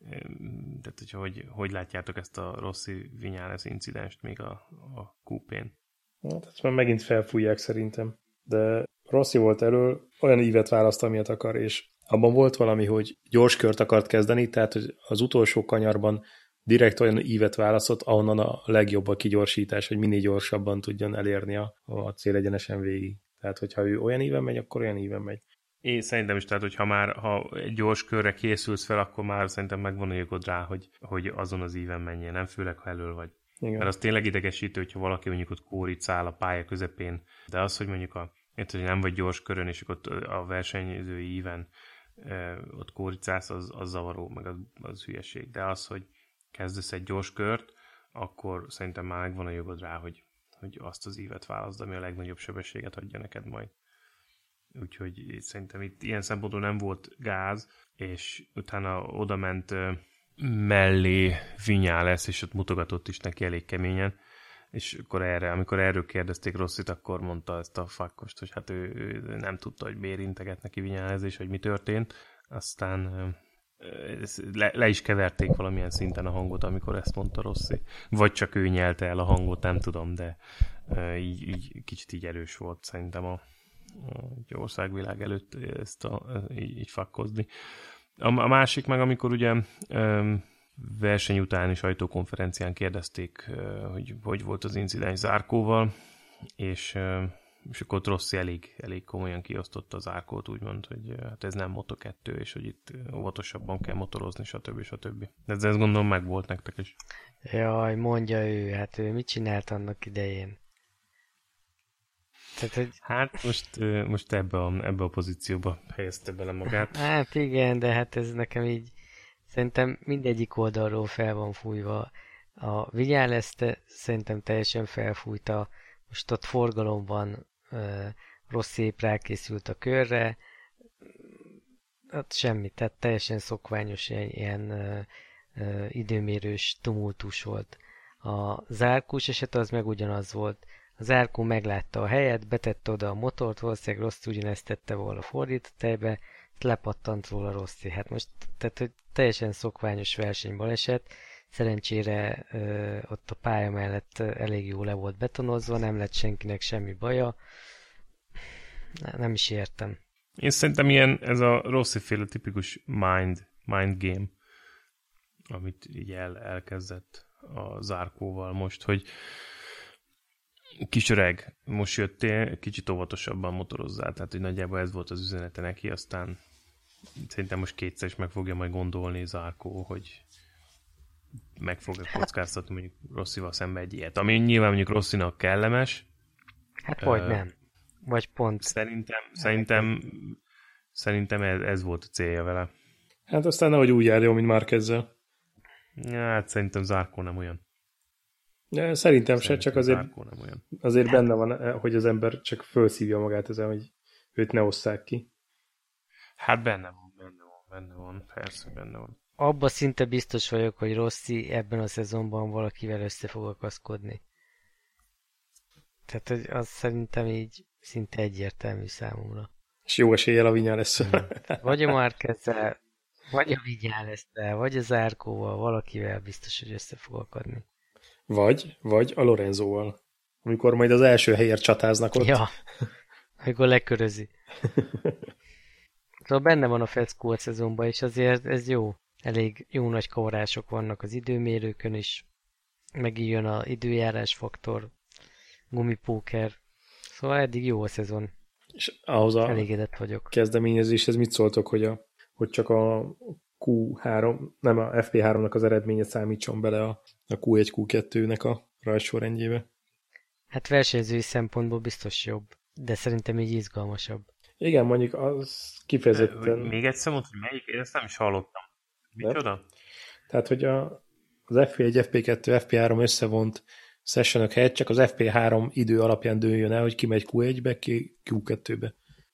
tehát hogy látjátok ezt a Rossi Viñales incidenst még a kúpén? Hát ezt már megint felfújják szerintem, de Rossi volt elől, olyan ívet választ, amilyet akar, és abban volt valami, hogy gyors kört akart kezdeni, tehát hogy az utolsó kanyarban direkt olyan ívet választott, ahonnan a legjobb a kigyorsítás, hogy minél gyorsabban tudjon elérni a célegyenesen végig. Tehát, hogyha ő olyan íven megy, akkor olyan íven megy. Én szerintem is, tehát, hogy ha egy gyors körre készülsz fel, akkor már szerintem megvan a jogod rá, hogy azon az íven menjél, nem? Főleg, ha elől vagy. Igen. Mert az tényleg idegesítő, hogyha valaki mondjuk ott kóricál a pálya közepén, de az, hogy mondjuk hogy nem vagy gyors körön, és ott a versenyzői íven ott kóricálsz, az zavaró, meg az hülyeség. De az, hogy kezdesz egy gyors kört, akkor szerintem már megvan a jogod rá, hogy azt az ívet válaszd, ami a legnagyobb sebességet adja neked majd. Úgyhogy szerintem itt ilyen szempontból nem volt gáz, és utána oda ment mellé Viñales, és ott mutogatott is neki elég keményen, és akkor amikor erről kérdezték Rossit, akkor mondta ezt a fakkost, hogy hát ő nem tudta, hogy miért integet neki Viñales, és hogy mi történt. Aztán le is keverték valamilyen szinten a hangot, amikor ezt mondta Rossi. Vagy csak ő nyelte el a hangot, nem tudom, de így kicsit így erős volt szerintem a országvilág előtt ezt így fakkozni. A másik meg, amikor ugye verseny utáni sajtókonferencián kérdezték, hogy volt az incidens Zarcóval, és akkor Rossi elég komolyan kiosztotta az Zarcót, úgymond, hogy hát ez nem Moto2, és hogy itt óvatosabban kell motorozni, stb. De ez gondolom meg volt nektek is. Jaj, mondja ő, hát ő mit csinált annak idején? Tehát, hogy... Hát most ebbe a pozícióba helyezte bele magát. Hát igen, de hát ez nekem így szerintem mindegyik oldalról fel van fújva. A Viñales szerintem teljesen felfújta, most ott forgalom van, Rossi épp rákészült a körre, hát semmi, tehát teljesen szokványos ilyen időmérős tumultus volt. A Zarcós eset az meg ugyanaz volt. A Zarco meglátta a helyet, betette oda a motort, valószínűleg Rossi ugyanezt tette volna fordított helybe, lepattant róla Rossi. Hát most tehát, hogy teljesen szokványos versenybaleset, szerencsére ott a pálya mellett elég jó le volt betonozva, nem lett senkinek semmi baja. Nem is értem. Én szerintem ez a Rossi-féle tipikus mind game, amit így elkezdett a Zarcóval most, hogy kis öreg, most jöttél, kicsit óvatosabban motorozzál, tehát hogy nagyjából ez volt az üzenete neki, aztán szerintem most kétszer is meg fogja majd gondolni Zarco, hogy meg fogja kockáztatni mondjuk Rossival szembe egy ilyet. Ami nyilván mondjuk Rossinak kellemes. Hát vagy nem. Vagy pont. Szerintem ez volt a célja vele. Hát aztán nehogy úgy járjon, mint Márquezzel. Ja, hát szerintem Zarco nem olyan. Ja, szerintem se, csak azért benne van, hogy az ember csak felszívja magát ezen, hogy őt ne osszák ki. Hát benne van, persze benne van. Abba szinte biztos vagyok, hogy Rossi ebben a szezonban valakivel össze fog akaszkodni. Tehát, hogy az szerintem így szinte egyértelmű számomra. És jó eséllyel a Viñales. Vagy a Márquezzel, vagy a Viñalesszel, vagy a Zarcóval, valakivel biztos, hogy össze fog akadni. Vagy a Lorenzóval. Amikor majd az első helyért csatáznak ott. Ja, amikor lekörözi. Szóval benne van a feszkó a szezonban, és azért ez jó. Elég jó nagy kavarások vannak az időmérőkön is. Megint jön az időjárás faktor, gumipóker. Szóval eddig jó a szezon. És ahhoz a elégedett vagyok. Kezdeményezéshez mit szóltok, hogy csak a Q3, nem a FP3-nak az eredménye számítson bele a Q1, Q2-nek a rajtsorrendjébe? Hát versenyzői szempontból biztos jobb, de szerintem így izgalmasabb. Igen, mondjuk az kifejezetten... Még egyszer mondod, hogy melyik? Én ezt nem is hallottam. Micsoda? Tehát, hogy az FP1, FP2, FP3 összevont sessionok helyett csak az FP3 idő alapján dőljön el, hogy ki megy Q1-be, ki Q2-be.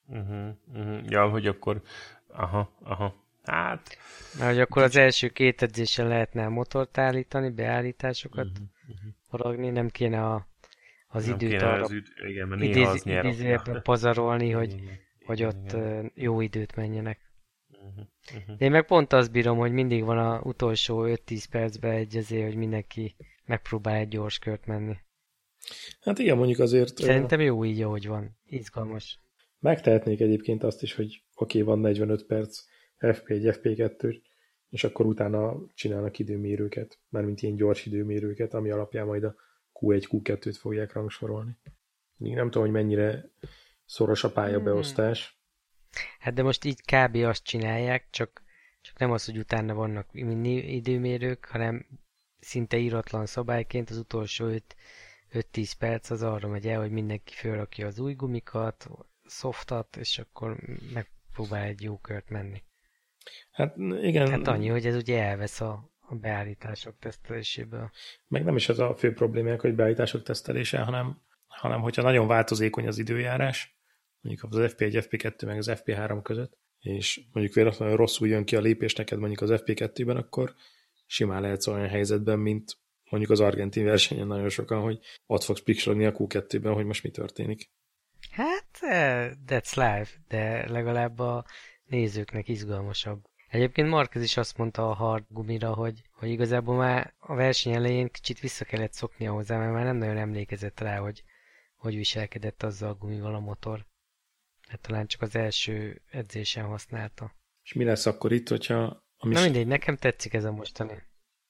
Ja, hogy akkor... Aha. Hát... Mert hogy akkor az első két edzésen lehetne a motort állítani, beállításokat faragni, nem kéne az nem időt kéne arra idézőjelben pazarolni, hogy ott jó időt menjenek. De én meg pont azt bírom, hogy mindig van az utolsó 5-10 percben egyezé, hogy mindenki megpróbál egy gyors kört menni. Hát igen, mondjuk azért... Szerintem jó így, ahogy van. Izgalmas. Megtehetnék egyébként azt is, hogy van 45 perc FP1, FP2, és akkor utána csinálnak időmérőket, mármint ilyen gyors időmérőket, ami alapján majd a Q1, Q2-t fogják rangsorolni. Még nem tudom, hogy mennyire szoros a pályabeosztás. Hát de most így kb. Azt csinálják, csak nem az, hogy utána vannak időmérők, hanem szinte íratlan szabályként az utolsó 5-10 perc az arra megy el, hogy mindenki fölrakja az új gumikat, softat, és akkor megpróbál egy jó kört menni. Hát igen. Hát annyi, hogy ez ugye elvesz a beállítások teszteléséből. Meg nem is az a fő problémák, hogy beállítások tesztelése, hanem hogyha nagyon változékony az időjárás, mondjuk az FP1, FP2 meg az FP3 között, és mondjuk véletlenül rosszul jön ki a lépés neked mondjuk az FP2-ben, akkor simán lehetsz olyan helyzetben, mint mondjuk az argentin versenyen nagyon sokan, hogy ott fogsz piksolni a Q2-ben, hogy most mi történik. Hát, that's life, de legalább a nézőknek izgalmasabb. Egyébként Marquez is azt mondta a hard gumira, hogy igazából már a verseny elején kicsit vissza kellett szoknia hozzá, mert már nem nagyon emlékezett rá, hogy viselkedett azzal a gumival a motor. Hát talán csak az első edzésen használta. És mi lesz akkor itt, hogyha... Na mindegy, nekem tetszik ez a mostani.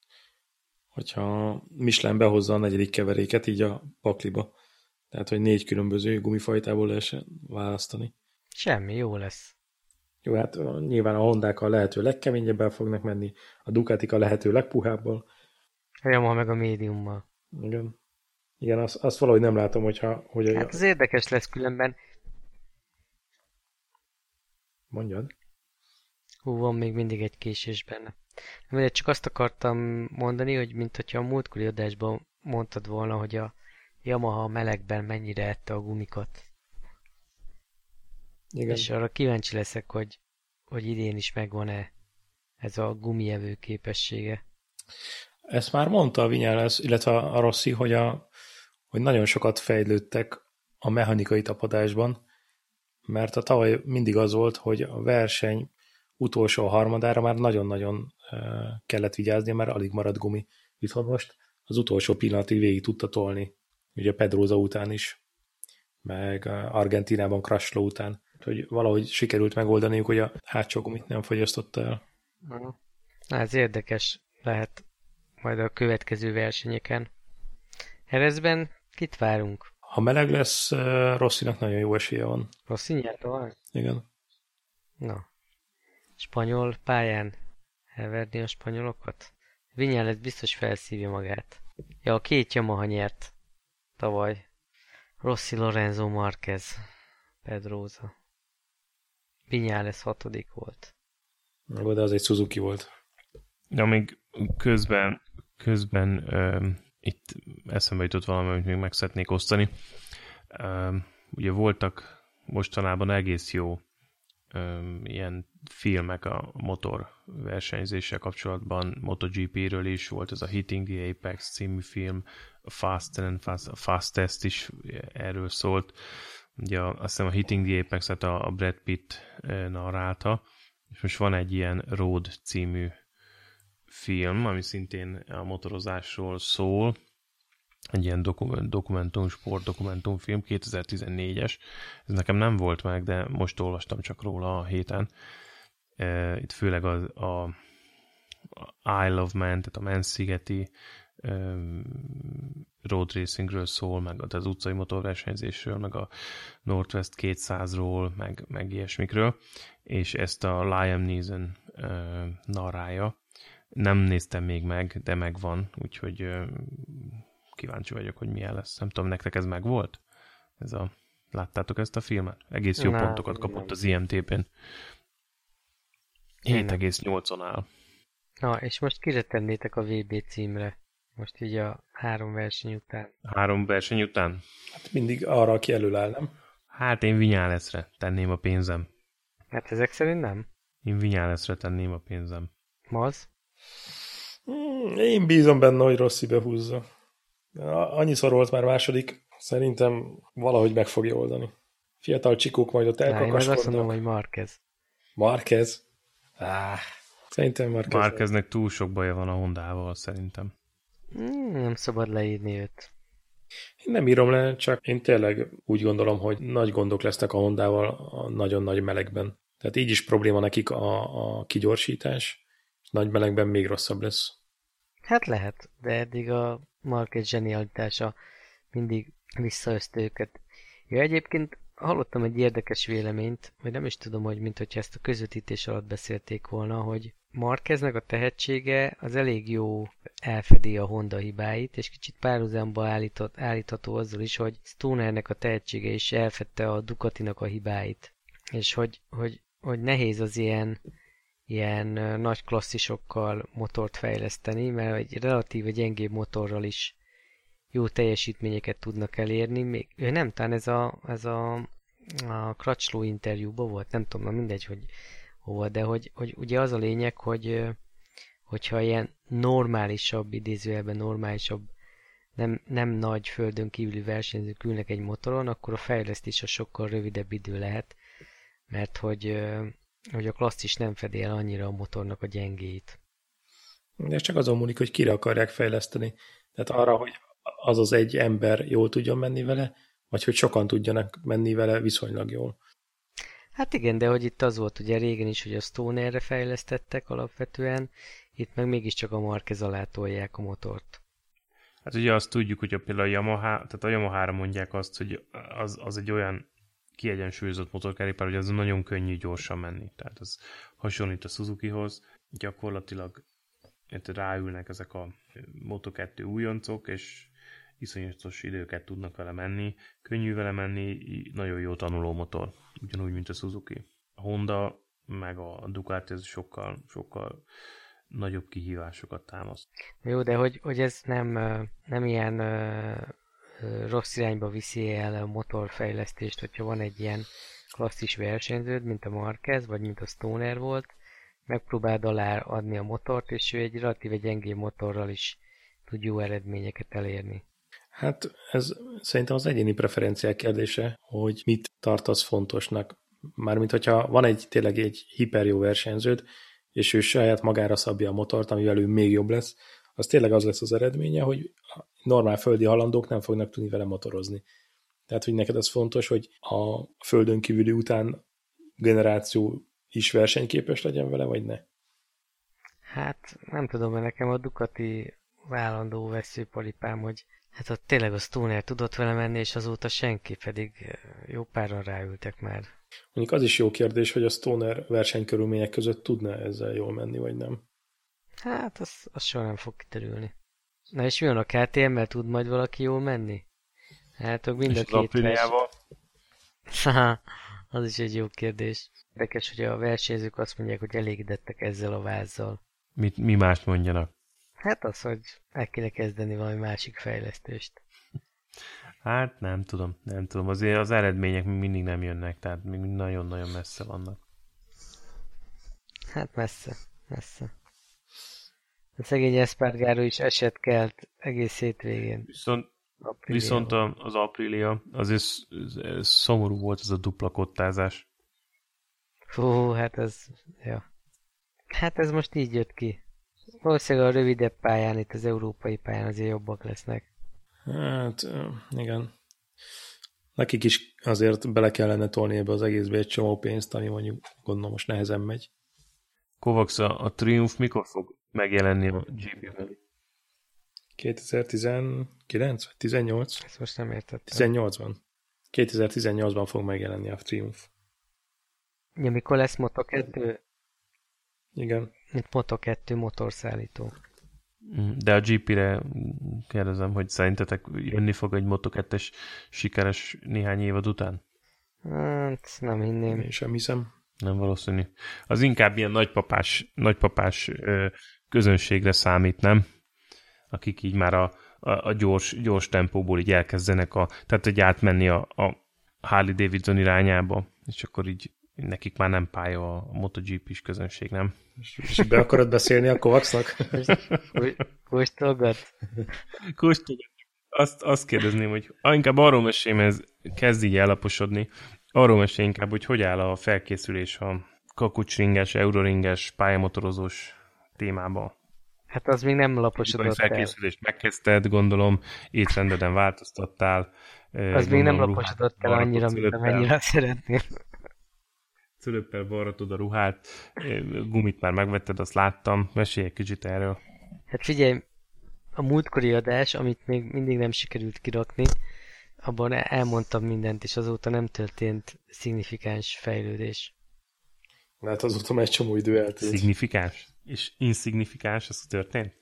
Hogyha Michelin behozza a 4. keveréket így a pakliba. Tehát, hogy 4 különböző gumifajtából lehessen választani. Semmi, jó lesz. Jó, hát nyilván a Hondák a lehető legkeményebben fognak menni, a Ducatik a lehető legpuhábbal. A Yamaha meg a médiummal. Igen, azt valahogy nem látom, hogy... Hát az érdekes lesz különben. Mondjad. Van még mindig egy késés benne. De csak azt akartam mondani, hogy mintha a múltkori adásban mondtad volna, hogy a Yamaha melegben mennyire ette a gumikat. Igen. És arra kíváncsi leszek, hogy idén is megvan-e ez a gumievő képessége. Ezt már mondta a Viñales, illetve a Rossi, hogy nagyon sokat fejlődtek a mechanikai tapadásban, mert a tavaly mindig az volt, hogy a verseny utolsó harmadára már nagyon-nagyon kellett vigyázni, mert alig maradt gumi. Viszont most az utolsó pillanatig végig tudta tolni. Ugye Pedrosa után is, meg Argentinában Crutchlow után. Hogy valahogy sikerült megoldaniuk, hogy a hátsó gumit nem fogyasztotta el. Na, ez érdekes lehet majd a következő versenyeken. Jerezben kit várunk? Ha meleg lesz, Rossinak nagyon jó esélye van. Rossi nyerte van? Igen. Na. Spanyol pályán elverni a spanyolokat? Viñales biztos felszívja magát. Ja, a 2 Yamaha nyert tavaly. Rossi, Lorenzo, Marquez, Pedrosa. Viñales 6. volt. De az egy Suzuki volt. Ja, még közben itt eszembe jutott valami, amit még meg szeretnék osztani. Ugye voltak mostanában egész jó ilyen filmek a motor versenyzéssel kapcsolatban, MotoGP-ről is volt ez a Hitting the Apex című film, a Fastest is erről szólt, Ugye azt hiszem a Hitting the Apex-et a Brad Pitt narrálta, és most van egy ilyen Road című film, ami szintén a motorozásról szól, egy ilyen sportdokumentumfilm, 2014-es. Ez nekem nem volt meg, de most olvastam csak róla a héten. Itt főleg a Isle of Man, tehát a Man-szigeti road racingről szól, meg az utcai motorversenyzésről, meg a Northwest 200-ról, meg ilyesmikről, és ezt a Liam Neeson narrálja. Nem néztem még meg, de megvan, úgyhogy kíváncsi vagyok, hogy milyen lesz. Nem tudom, nektek ez megvolt? Láttátok ezt a filmet? Egész jó pontokat kapott az IMDb-n. 7,8-on áll. Na, és most kire tennétek a VB címre? Most így a 3 verseny után. 3 verseny után? Hát mindig arra, aki előáll, nem? Hát én Vinyáleszre tenném a pénzem. Hát ezek szerint nem? Én Vinyáleszre tenném a pénzem. Maz? Én bízom benne, hogy Rossi behúzza. Annyiszor volt már második, szerintem valahogy meg fogja oldani. Fiatal csikók majd ott elkakaskodnak. Én azt mondom, hogy Marquez. Marquez? Szerintem Marquez. Marqueznek túl sok baja van a Hondával, szerintem. Nem szabad leírni őt. Én nem írom le, csak én tényleg úgy gondolom, hogy nagy gondok lesznek a Hondával a nagyon nagy melegben. Tehát így is probléma nekik a kigyorsítás, és nagy melegben még rosszabb lesz. Hát lehet, de eddig a Marquez zsenialitása mindig visszaözte őket. Ja, egyébként hallottam egy érdekes véleményt, vagy nem is tudom, hogy minthogyha ezt a közvetítés alatt beszélték volna, hogy Marqueznek a tehetsége az elég jó elfedi a Honda hibáit, és kicsit párhuzamba állítható azzal is, hogy Stonernek a tehetsége is elfedte a Ducatinak a hibáit. És hogy nehéz az ilyen nagy klasszisokkal motort fejleszteni, mert egy relatíve gyengébb motorral is jó teljesítményeket tudnak elérni. Még nem, talán ez a Crutchlow interjúban volt, nem tudom, na mindegy, hogy hova, de hogy ugye az a lényeg, hogyha ilyen normálisabb, idézőjelben normálisabb, nem nagy földön kívüli versenyzők ülnek egy motoron, akkor a fejlesztés a sokkal rövidebb idő lehet, mert hogy a klasszis nem fedi el annyira a motornak a gyengéit. De csak azon múlik, hogy kire akarják fejleszteni. Tehát arra, hogy az egy ember jól tudjon menni vele, vagy hogy sokan tudjanak menni vele viszonylag jól. Hát igen, de hogy itt az volt ugye régen is, hogy a Stonerre fejlesztettek alapvetően, itt meg mégiscsak a Marquez alá tolják a motort. Hát ugye azt tudjuk, hogy például a Yamaha, tehát a Yamaha-ra mondják azt, hogy az egy olyan kiegyensúlyozott motorkerékpár, hogy az nagyon könnyű gyorsan menni. Tehát az hasonlít a Suzukihoz, gyakorlatilag ráülnek ezek a Moto2 újoncok, és iszonyatos időket tudnak vele menni, könnyű vele menni, nagyon jó tanuló motor, ugyanúgy, mint a Suzuki. A Honda meg a Ducati ez sokkal nagyobb kihívásokat támaszt. Jó, de hogy ez nem ilyen rossz irányba viszi el a motorfejlesztést, hogyha van egy ilyen klasszis versenyződ, mint a Marquez, vagy mint a Stoner volt, megpróbáld alá adni a motort, és ő egy relatíve gyengébb motorral is tud jó eredményeket elérni. Hát ez szerintem az egyéni preferenciák kérdése, hogy mit tartasz fontosnak. Mármint, hogyha van tényleg egy hiperjó versenyződ, és ő saját magára szabja a motort, amivel ő még jobb lesz, az tényleg az lesz az eredménye, hogy normál földi halandók nem fognak tudni vele motorozni. Tehát, hogy neked az fontos, hogy a földön kívüli után generáció is versenyképes legyen vele, vagy ne? Hát nem tudom, mert nekem a Ducati állandó veszőparipám, hogy hát ott tényleg a Stoner tudott vele menni, és azóta senki, pedig jó páran ráültek már. Mondjuk az is jó kérdés, hogy a Stoner versenykörülmények között tudna ezzel jól menni, vagy nem. Hát, az soha nem fog kiterülni. Na és mi van a KTM-mel? Tud majd valaki jól menni? Hát, mind a két Apriliával? Az is egy jó kérdés. Érdekes, hogy a versenyzők azt mondják, hogy elégedettek ezzel a vázzal. Mi mást mondjanak? Hát az, hogy el kéne kezdeni valami másik fejlesztést. Hát nem tudom. Azért az eredmények még mindig nem jönnek, tehát még nagyon-nagyon messze vannak. Hát messze. A szegény Espargaro is eset kelt egész hétvégén. Viszont Aprilia. Viszont az Aprilia, azért szomorú volt ez a dupla kottázás. Hú, hát ez... Ja. Hát ez most így jött ki. Valószínűleg a rövidebb pályán, itt az európai pályán azért jobbak lesznek. Hát, igen. Nekik is azért bele kellene tolni ebbe az egészbe egy csomó pénzt, ami mondjuk gondolom most nehezen megy. Kovacs, a Triumph mikor fog megjelenni a GP-ben? 2019 vagy 18? Ezt most nem értettem. 18-ban. 2018-ban fog megjelenni a Triumph. Ja, mikor lesz Moto2? Igen. Mint Moto2 motorszállító. De a GP-re kérdezem, hogy szerintetek jönni fog egy Moto2-es sikeres néhány évad után? Hát, nem hinném. Én sem hiszem. Nem valószínű. Az inkább ilyen nagypapás közönségre számít, nem? Akik így már a gyors tempóból így elkezdenek, tehát egy átmenni a Harley Davidson irányába, és akkor így nekik már nem pálya a MotoGP-s közönség, nem? És be akarod beszélni a Kovacsnak? Kóstolgat? Kóstolgat. Azt kérdezném, hogy inkább arról mesélj, mert ez kezd így ellaposodni, arról mesélj inkább, hogy áll a felkészülés a kakucsringes, euroringes, pályamotorozós témába. Hát az még nem laposodott el. Felkészülést megkezdted, gondolom, étrendeden változtattál. Az még nem laposodott el annyira, mint amennyire szeretném. Cölöppel varratod a ruhát, gumit már megvetted, azt láttam. Mesélj egy kicsit erről. Hát figyelj, a múltkori adás, amit még mindig nem sikerült kirakni, abban elmondtam mindent, és azóta nem történt szignifikáns fejlődés. Hát azóta már egy csomó idő eltűnt. Szignifikáns? És insignifikáns, ez történt?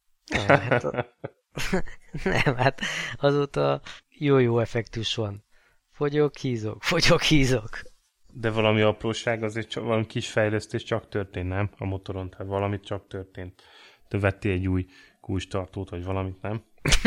Nem, hát azóta jó effektus van. Fogyok, hízok. De valami apróság, azért csak valami kis fejlesztés csak történt, nem? A motoron, tehát valamit csak történt. Te vettél egy új kulcstartót, vagy valamit, nem?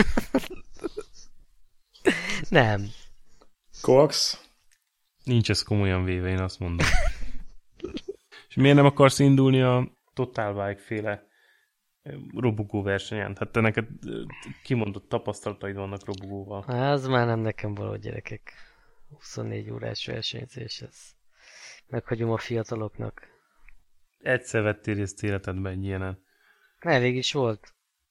Nem. Coax? Nincs ez komolyan véve, én azt mondom. És miért nem akarsz indulni a Total Bike féle robogó versenyen? Hát te neked kimondott tapasztalataid vannak robogóval. Az már nem nekem való, gyerekek. 24 órás versenyzés, ez meghagyom a fiataloknak. Egyszer vettél részt életedben egy ilyenen. Elég is volt.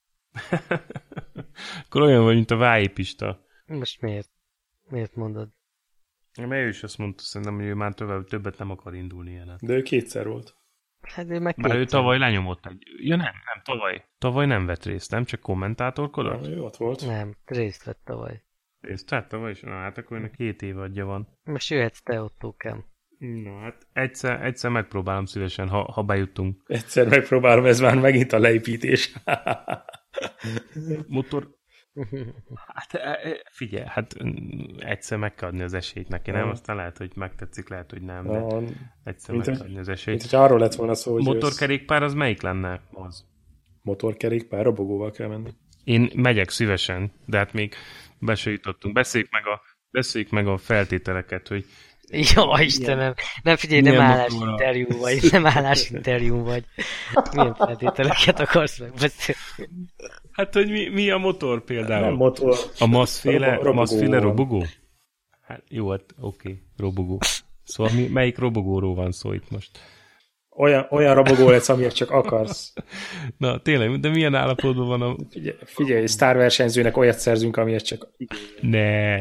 Akkor olyan vagy, mint a Vályi Pista. Most miért? Miért mondod? Mert ő is azt mondta, szerintem, hogy ő már többet nem akar indulni ilyenen. De ő kétszer volt. Hát ő meg már ő tavaly lenyomott egy... Ja nem, tavaly. Tavaly nem vett részt, nem? Csak kommentátorkodott? Ő ott volt. Nem, részt vett tavaly. Részt vett tavaly is? Na hát akkor ennek 2 év adja van. Most jöhetsz te, Ottókám. Na hát egyszer megpróbálom szívesen, ha bejutunk. Egyszer megpróbálom, ez már megint a leépítés. Motor... Hát figyelj, hát egyszer meg kell adni az esélyt neki, nem? Aztán lehet, hogy megtetszik, lehet, hogy nem, de egyszer meg kell adni az esélyt. Mint hogy arról lett volna szó, hogy motorkerékpár az melyik lenne az? Motorkerékpár, robogóval kell menni. Én megyek szívesen, de hát még be se jutottunk. Beszéljük meg a feltételeket, hogy jó, Istenem! Nem figyelj, nem állásinterjú vagy. Milyen feltételeket akarsz megbeszélni? Hát, hogy mi a motor például? Nem motor. A MAS-féle robogó? Hát jó, hát oké, robogó. Szóval melyik robogóról van szó itt most? Olyan robogó lesz, amilyet csak akarsz. Na, tényleg, de milyen állapotban van a... Figyelj, sztárversenyzőnek olyat szerzünk, amilyet csak... Ne.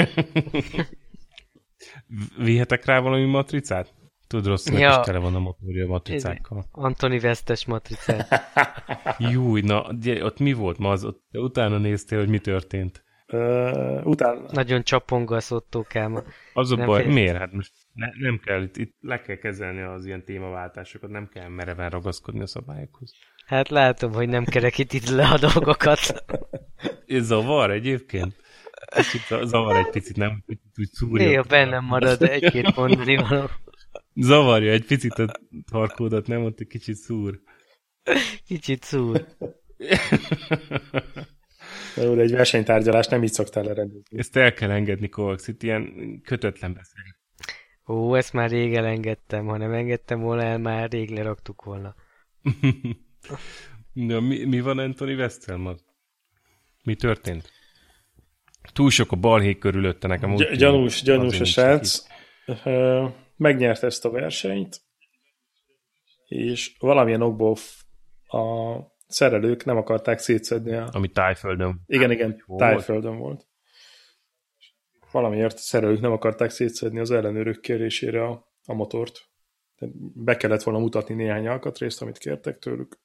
Vihetek rá valami matricát? Tudod, rosszul is tele van a motorja matricákkal. Antoni Vesztes matricát. Júj, na, ott mi volt ma? Utána néztél, hogy mi történt? Utána. Nagyon csapongasz, Ottókám. Az a baj, miért? Hát most nem kell, itt le kell kezelni az ilyen témaváltásokat, nem kell mereven ragaszkodni a szabályokhoz. Hát látom, hogy nem kerekíted le a dolgokat. Ez zavar egyébként? Zavar egy picit, nem? Úgy szúrja. Néha bennem marad egy-két mondani való. Zavarja egy picit a tarkódat, nem? Ott egy kicsit szúr. Kicsit szúr. Jó, de egy versenytárgyalás nem így szoktál lerendezni. Ezt el kell engedni, Kovacs, itt ilyen kötetlen beszél. Ó, ezt már rég elengedtem. Ha nem engedtem volna el, már rég leraktuk volna. Na, mi van Anthony Westelmag? Mi történt? Túl sok a balhé körülötte nekem. Gyanús a srác. Megnyerte ezt a versenyt, és valamilyen okból a szerelők nem akarták szétszedni Ami Tájföldön. Igen, Tájföldön volt. Valamiért a szerelők nem akarták szétszedni az ellenőrök kérésére a motort. Be kellett volna mutatni néhány alkatrészt, amit kértek tőlük.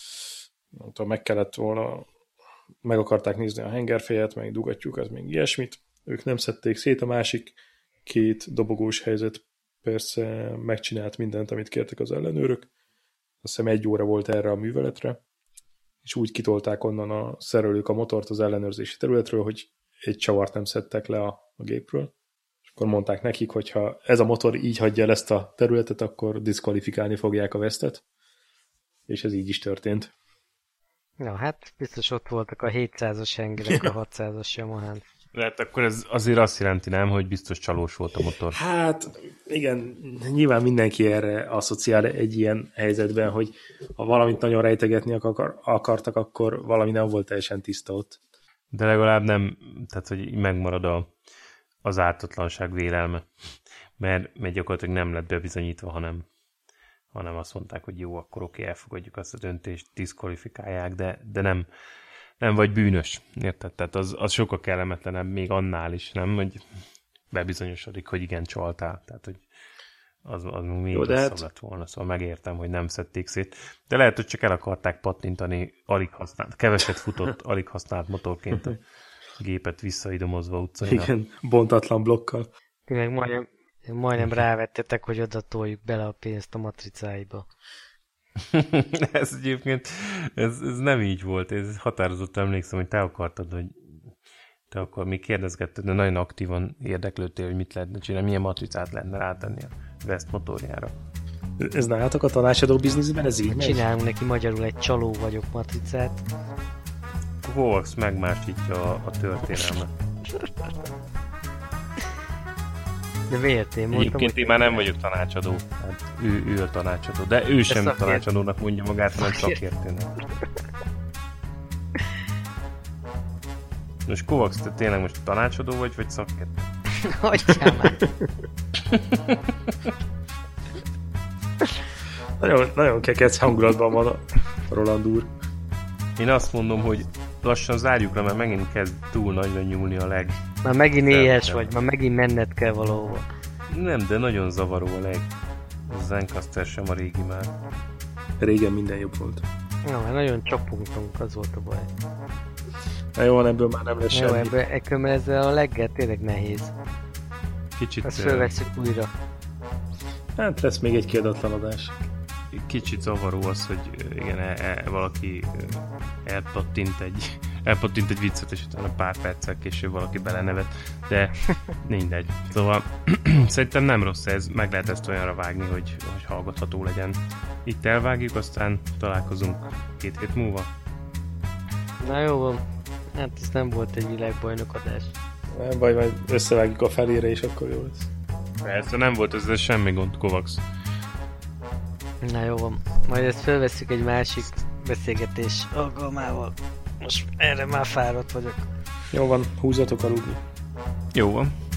Meg akarták nézni a hengerfejet, meg dugattyúkat, még ilyesmit. Ők nem szedték szét, a másik 2 dobogós helyzet persze megcsinált mindent, amit kértek az ellenőrök. Azt hiszem 1 óra volt erre a műveletre, és úgy kitolták onnan a szerelők a motort az ellenőrzési területről, hogy egy csavart nem szedtek le a gépről. És akkor mondták nekik, hogy ha ez a motor így hagyja el ezt a területet, akkor diszkvalifikálni fogják a vesztet. És ez így is történt. Na hát, biztos ott voltak a 700-as hengerek, a 600-as Yamahán. Lehet, akkor ez azért azt jelenti, nem, hogy biztos csalós volt a motor. Hát, igen, nyilván mindenki erre asszociál egy ilyen helyzetben, hogy ha valamit nagyon rejtegetni akartak, akkor valami nem volt teljesen tiszta ott. De legalább nem, tehát hogy megmarad az ártatlanság vélelme, mert gyakorlatilag nem lett bebizonyítva, hanem azt mondták, hogy jó, akkor oké, elfogadjuk azt a döntést, diszkvalifikálják, de nem vagy bűnös, érted? Tehát az sokkal kellemetlenebb még annál is, nem? Hogy bebizonyosodik, hogy igen, csaltál. Tehát, hogy az még rosszabb lett volna. Szóval megértem, hogy nem szedték szét. De lehet, hogy csak el akarták pattintani keveset futott, alig használt motorként a gépet visszaidomozva utcain. Igen, bontatlan blokkal. Meg majdnem rávettetek, hogy oda toljuk bele a pénzt a matricáiba. Ez egyébként, ez nem így volt. Ez határozottan emlékszem, hogy te akartad, hogy te akkor még kérdezgetted, de nagyon aktívan érdeklődtél, hogy mit lehetne csinálni, milyen matricát lehetne rátenni a West motorjára. Ez nálatok a tanácsadó bizniszben, ez így megy? Csinálunk neki magyarul egy csaló vagyok matricát. Kovacs megmásítja a történelmet. De miért én mondtam, egyébként én már nem vagyok tanácsadó. Hát ő a tanácsadó. De ő sem tanácsadónak mondja magát, hanem szakértőnek. Most Kovacs, te tényleg most tanácsadó vagy szakértő? Hagyjál már! Nagyon kekec hangulatban van a Roland úr. Én azt mondom, hogy lassan zárjuk le, mert megint kezd túl nagyra nyúlni a leg. Már megint éhes vagy, már megint menned kell valahova. Nem, de nagyon zavaró a leg. A Zencastr sem a régi már. Régen minden jobb volt. Na, már nagyon csapunk, az volt a baj. Na jó, ebből már nem lesz semmi. Jó, ebből ezzel a leggel tényleg nehéz. Kicsit... Ezt fölveszünk újra. Hát lesz még egy kiadatlan adás. Kicsit zavaró az, hogy igen, valaki elpattint egy viccet, és utána pár perccel később valaki belenevet, de mindegy. Szóval szerintem nem rossz ez, meg lehet ezt olyanra vágni, hogy hallgatható legyen. Itt elvágjuk, aztán találkozunk 2 hét múlva. Na jó van, hát ez nem volt egy világbajnok adás. Nem baj, majd összevágjuk a felére, és akkor jó lesz. Persze, nem volt ezzel semmi gond, Kovacs. Na jó van, majd ezt felvesszük egy másik beszélgetés alkalmával. Most erre már fáradt vagyok. Jó van, húzzatok aludni. Jó van.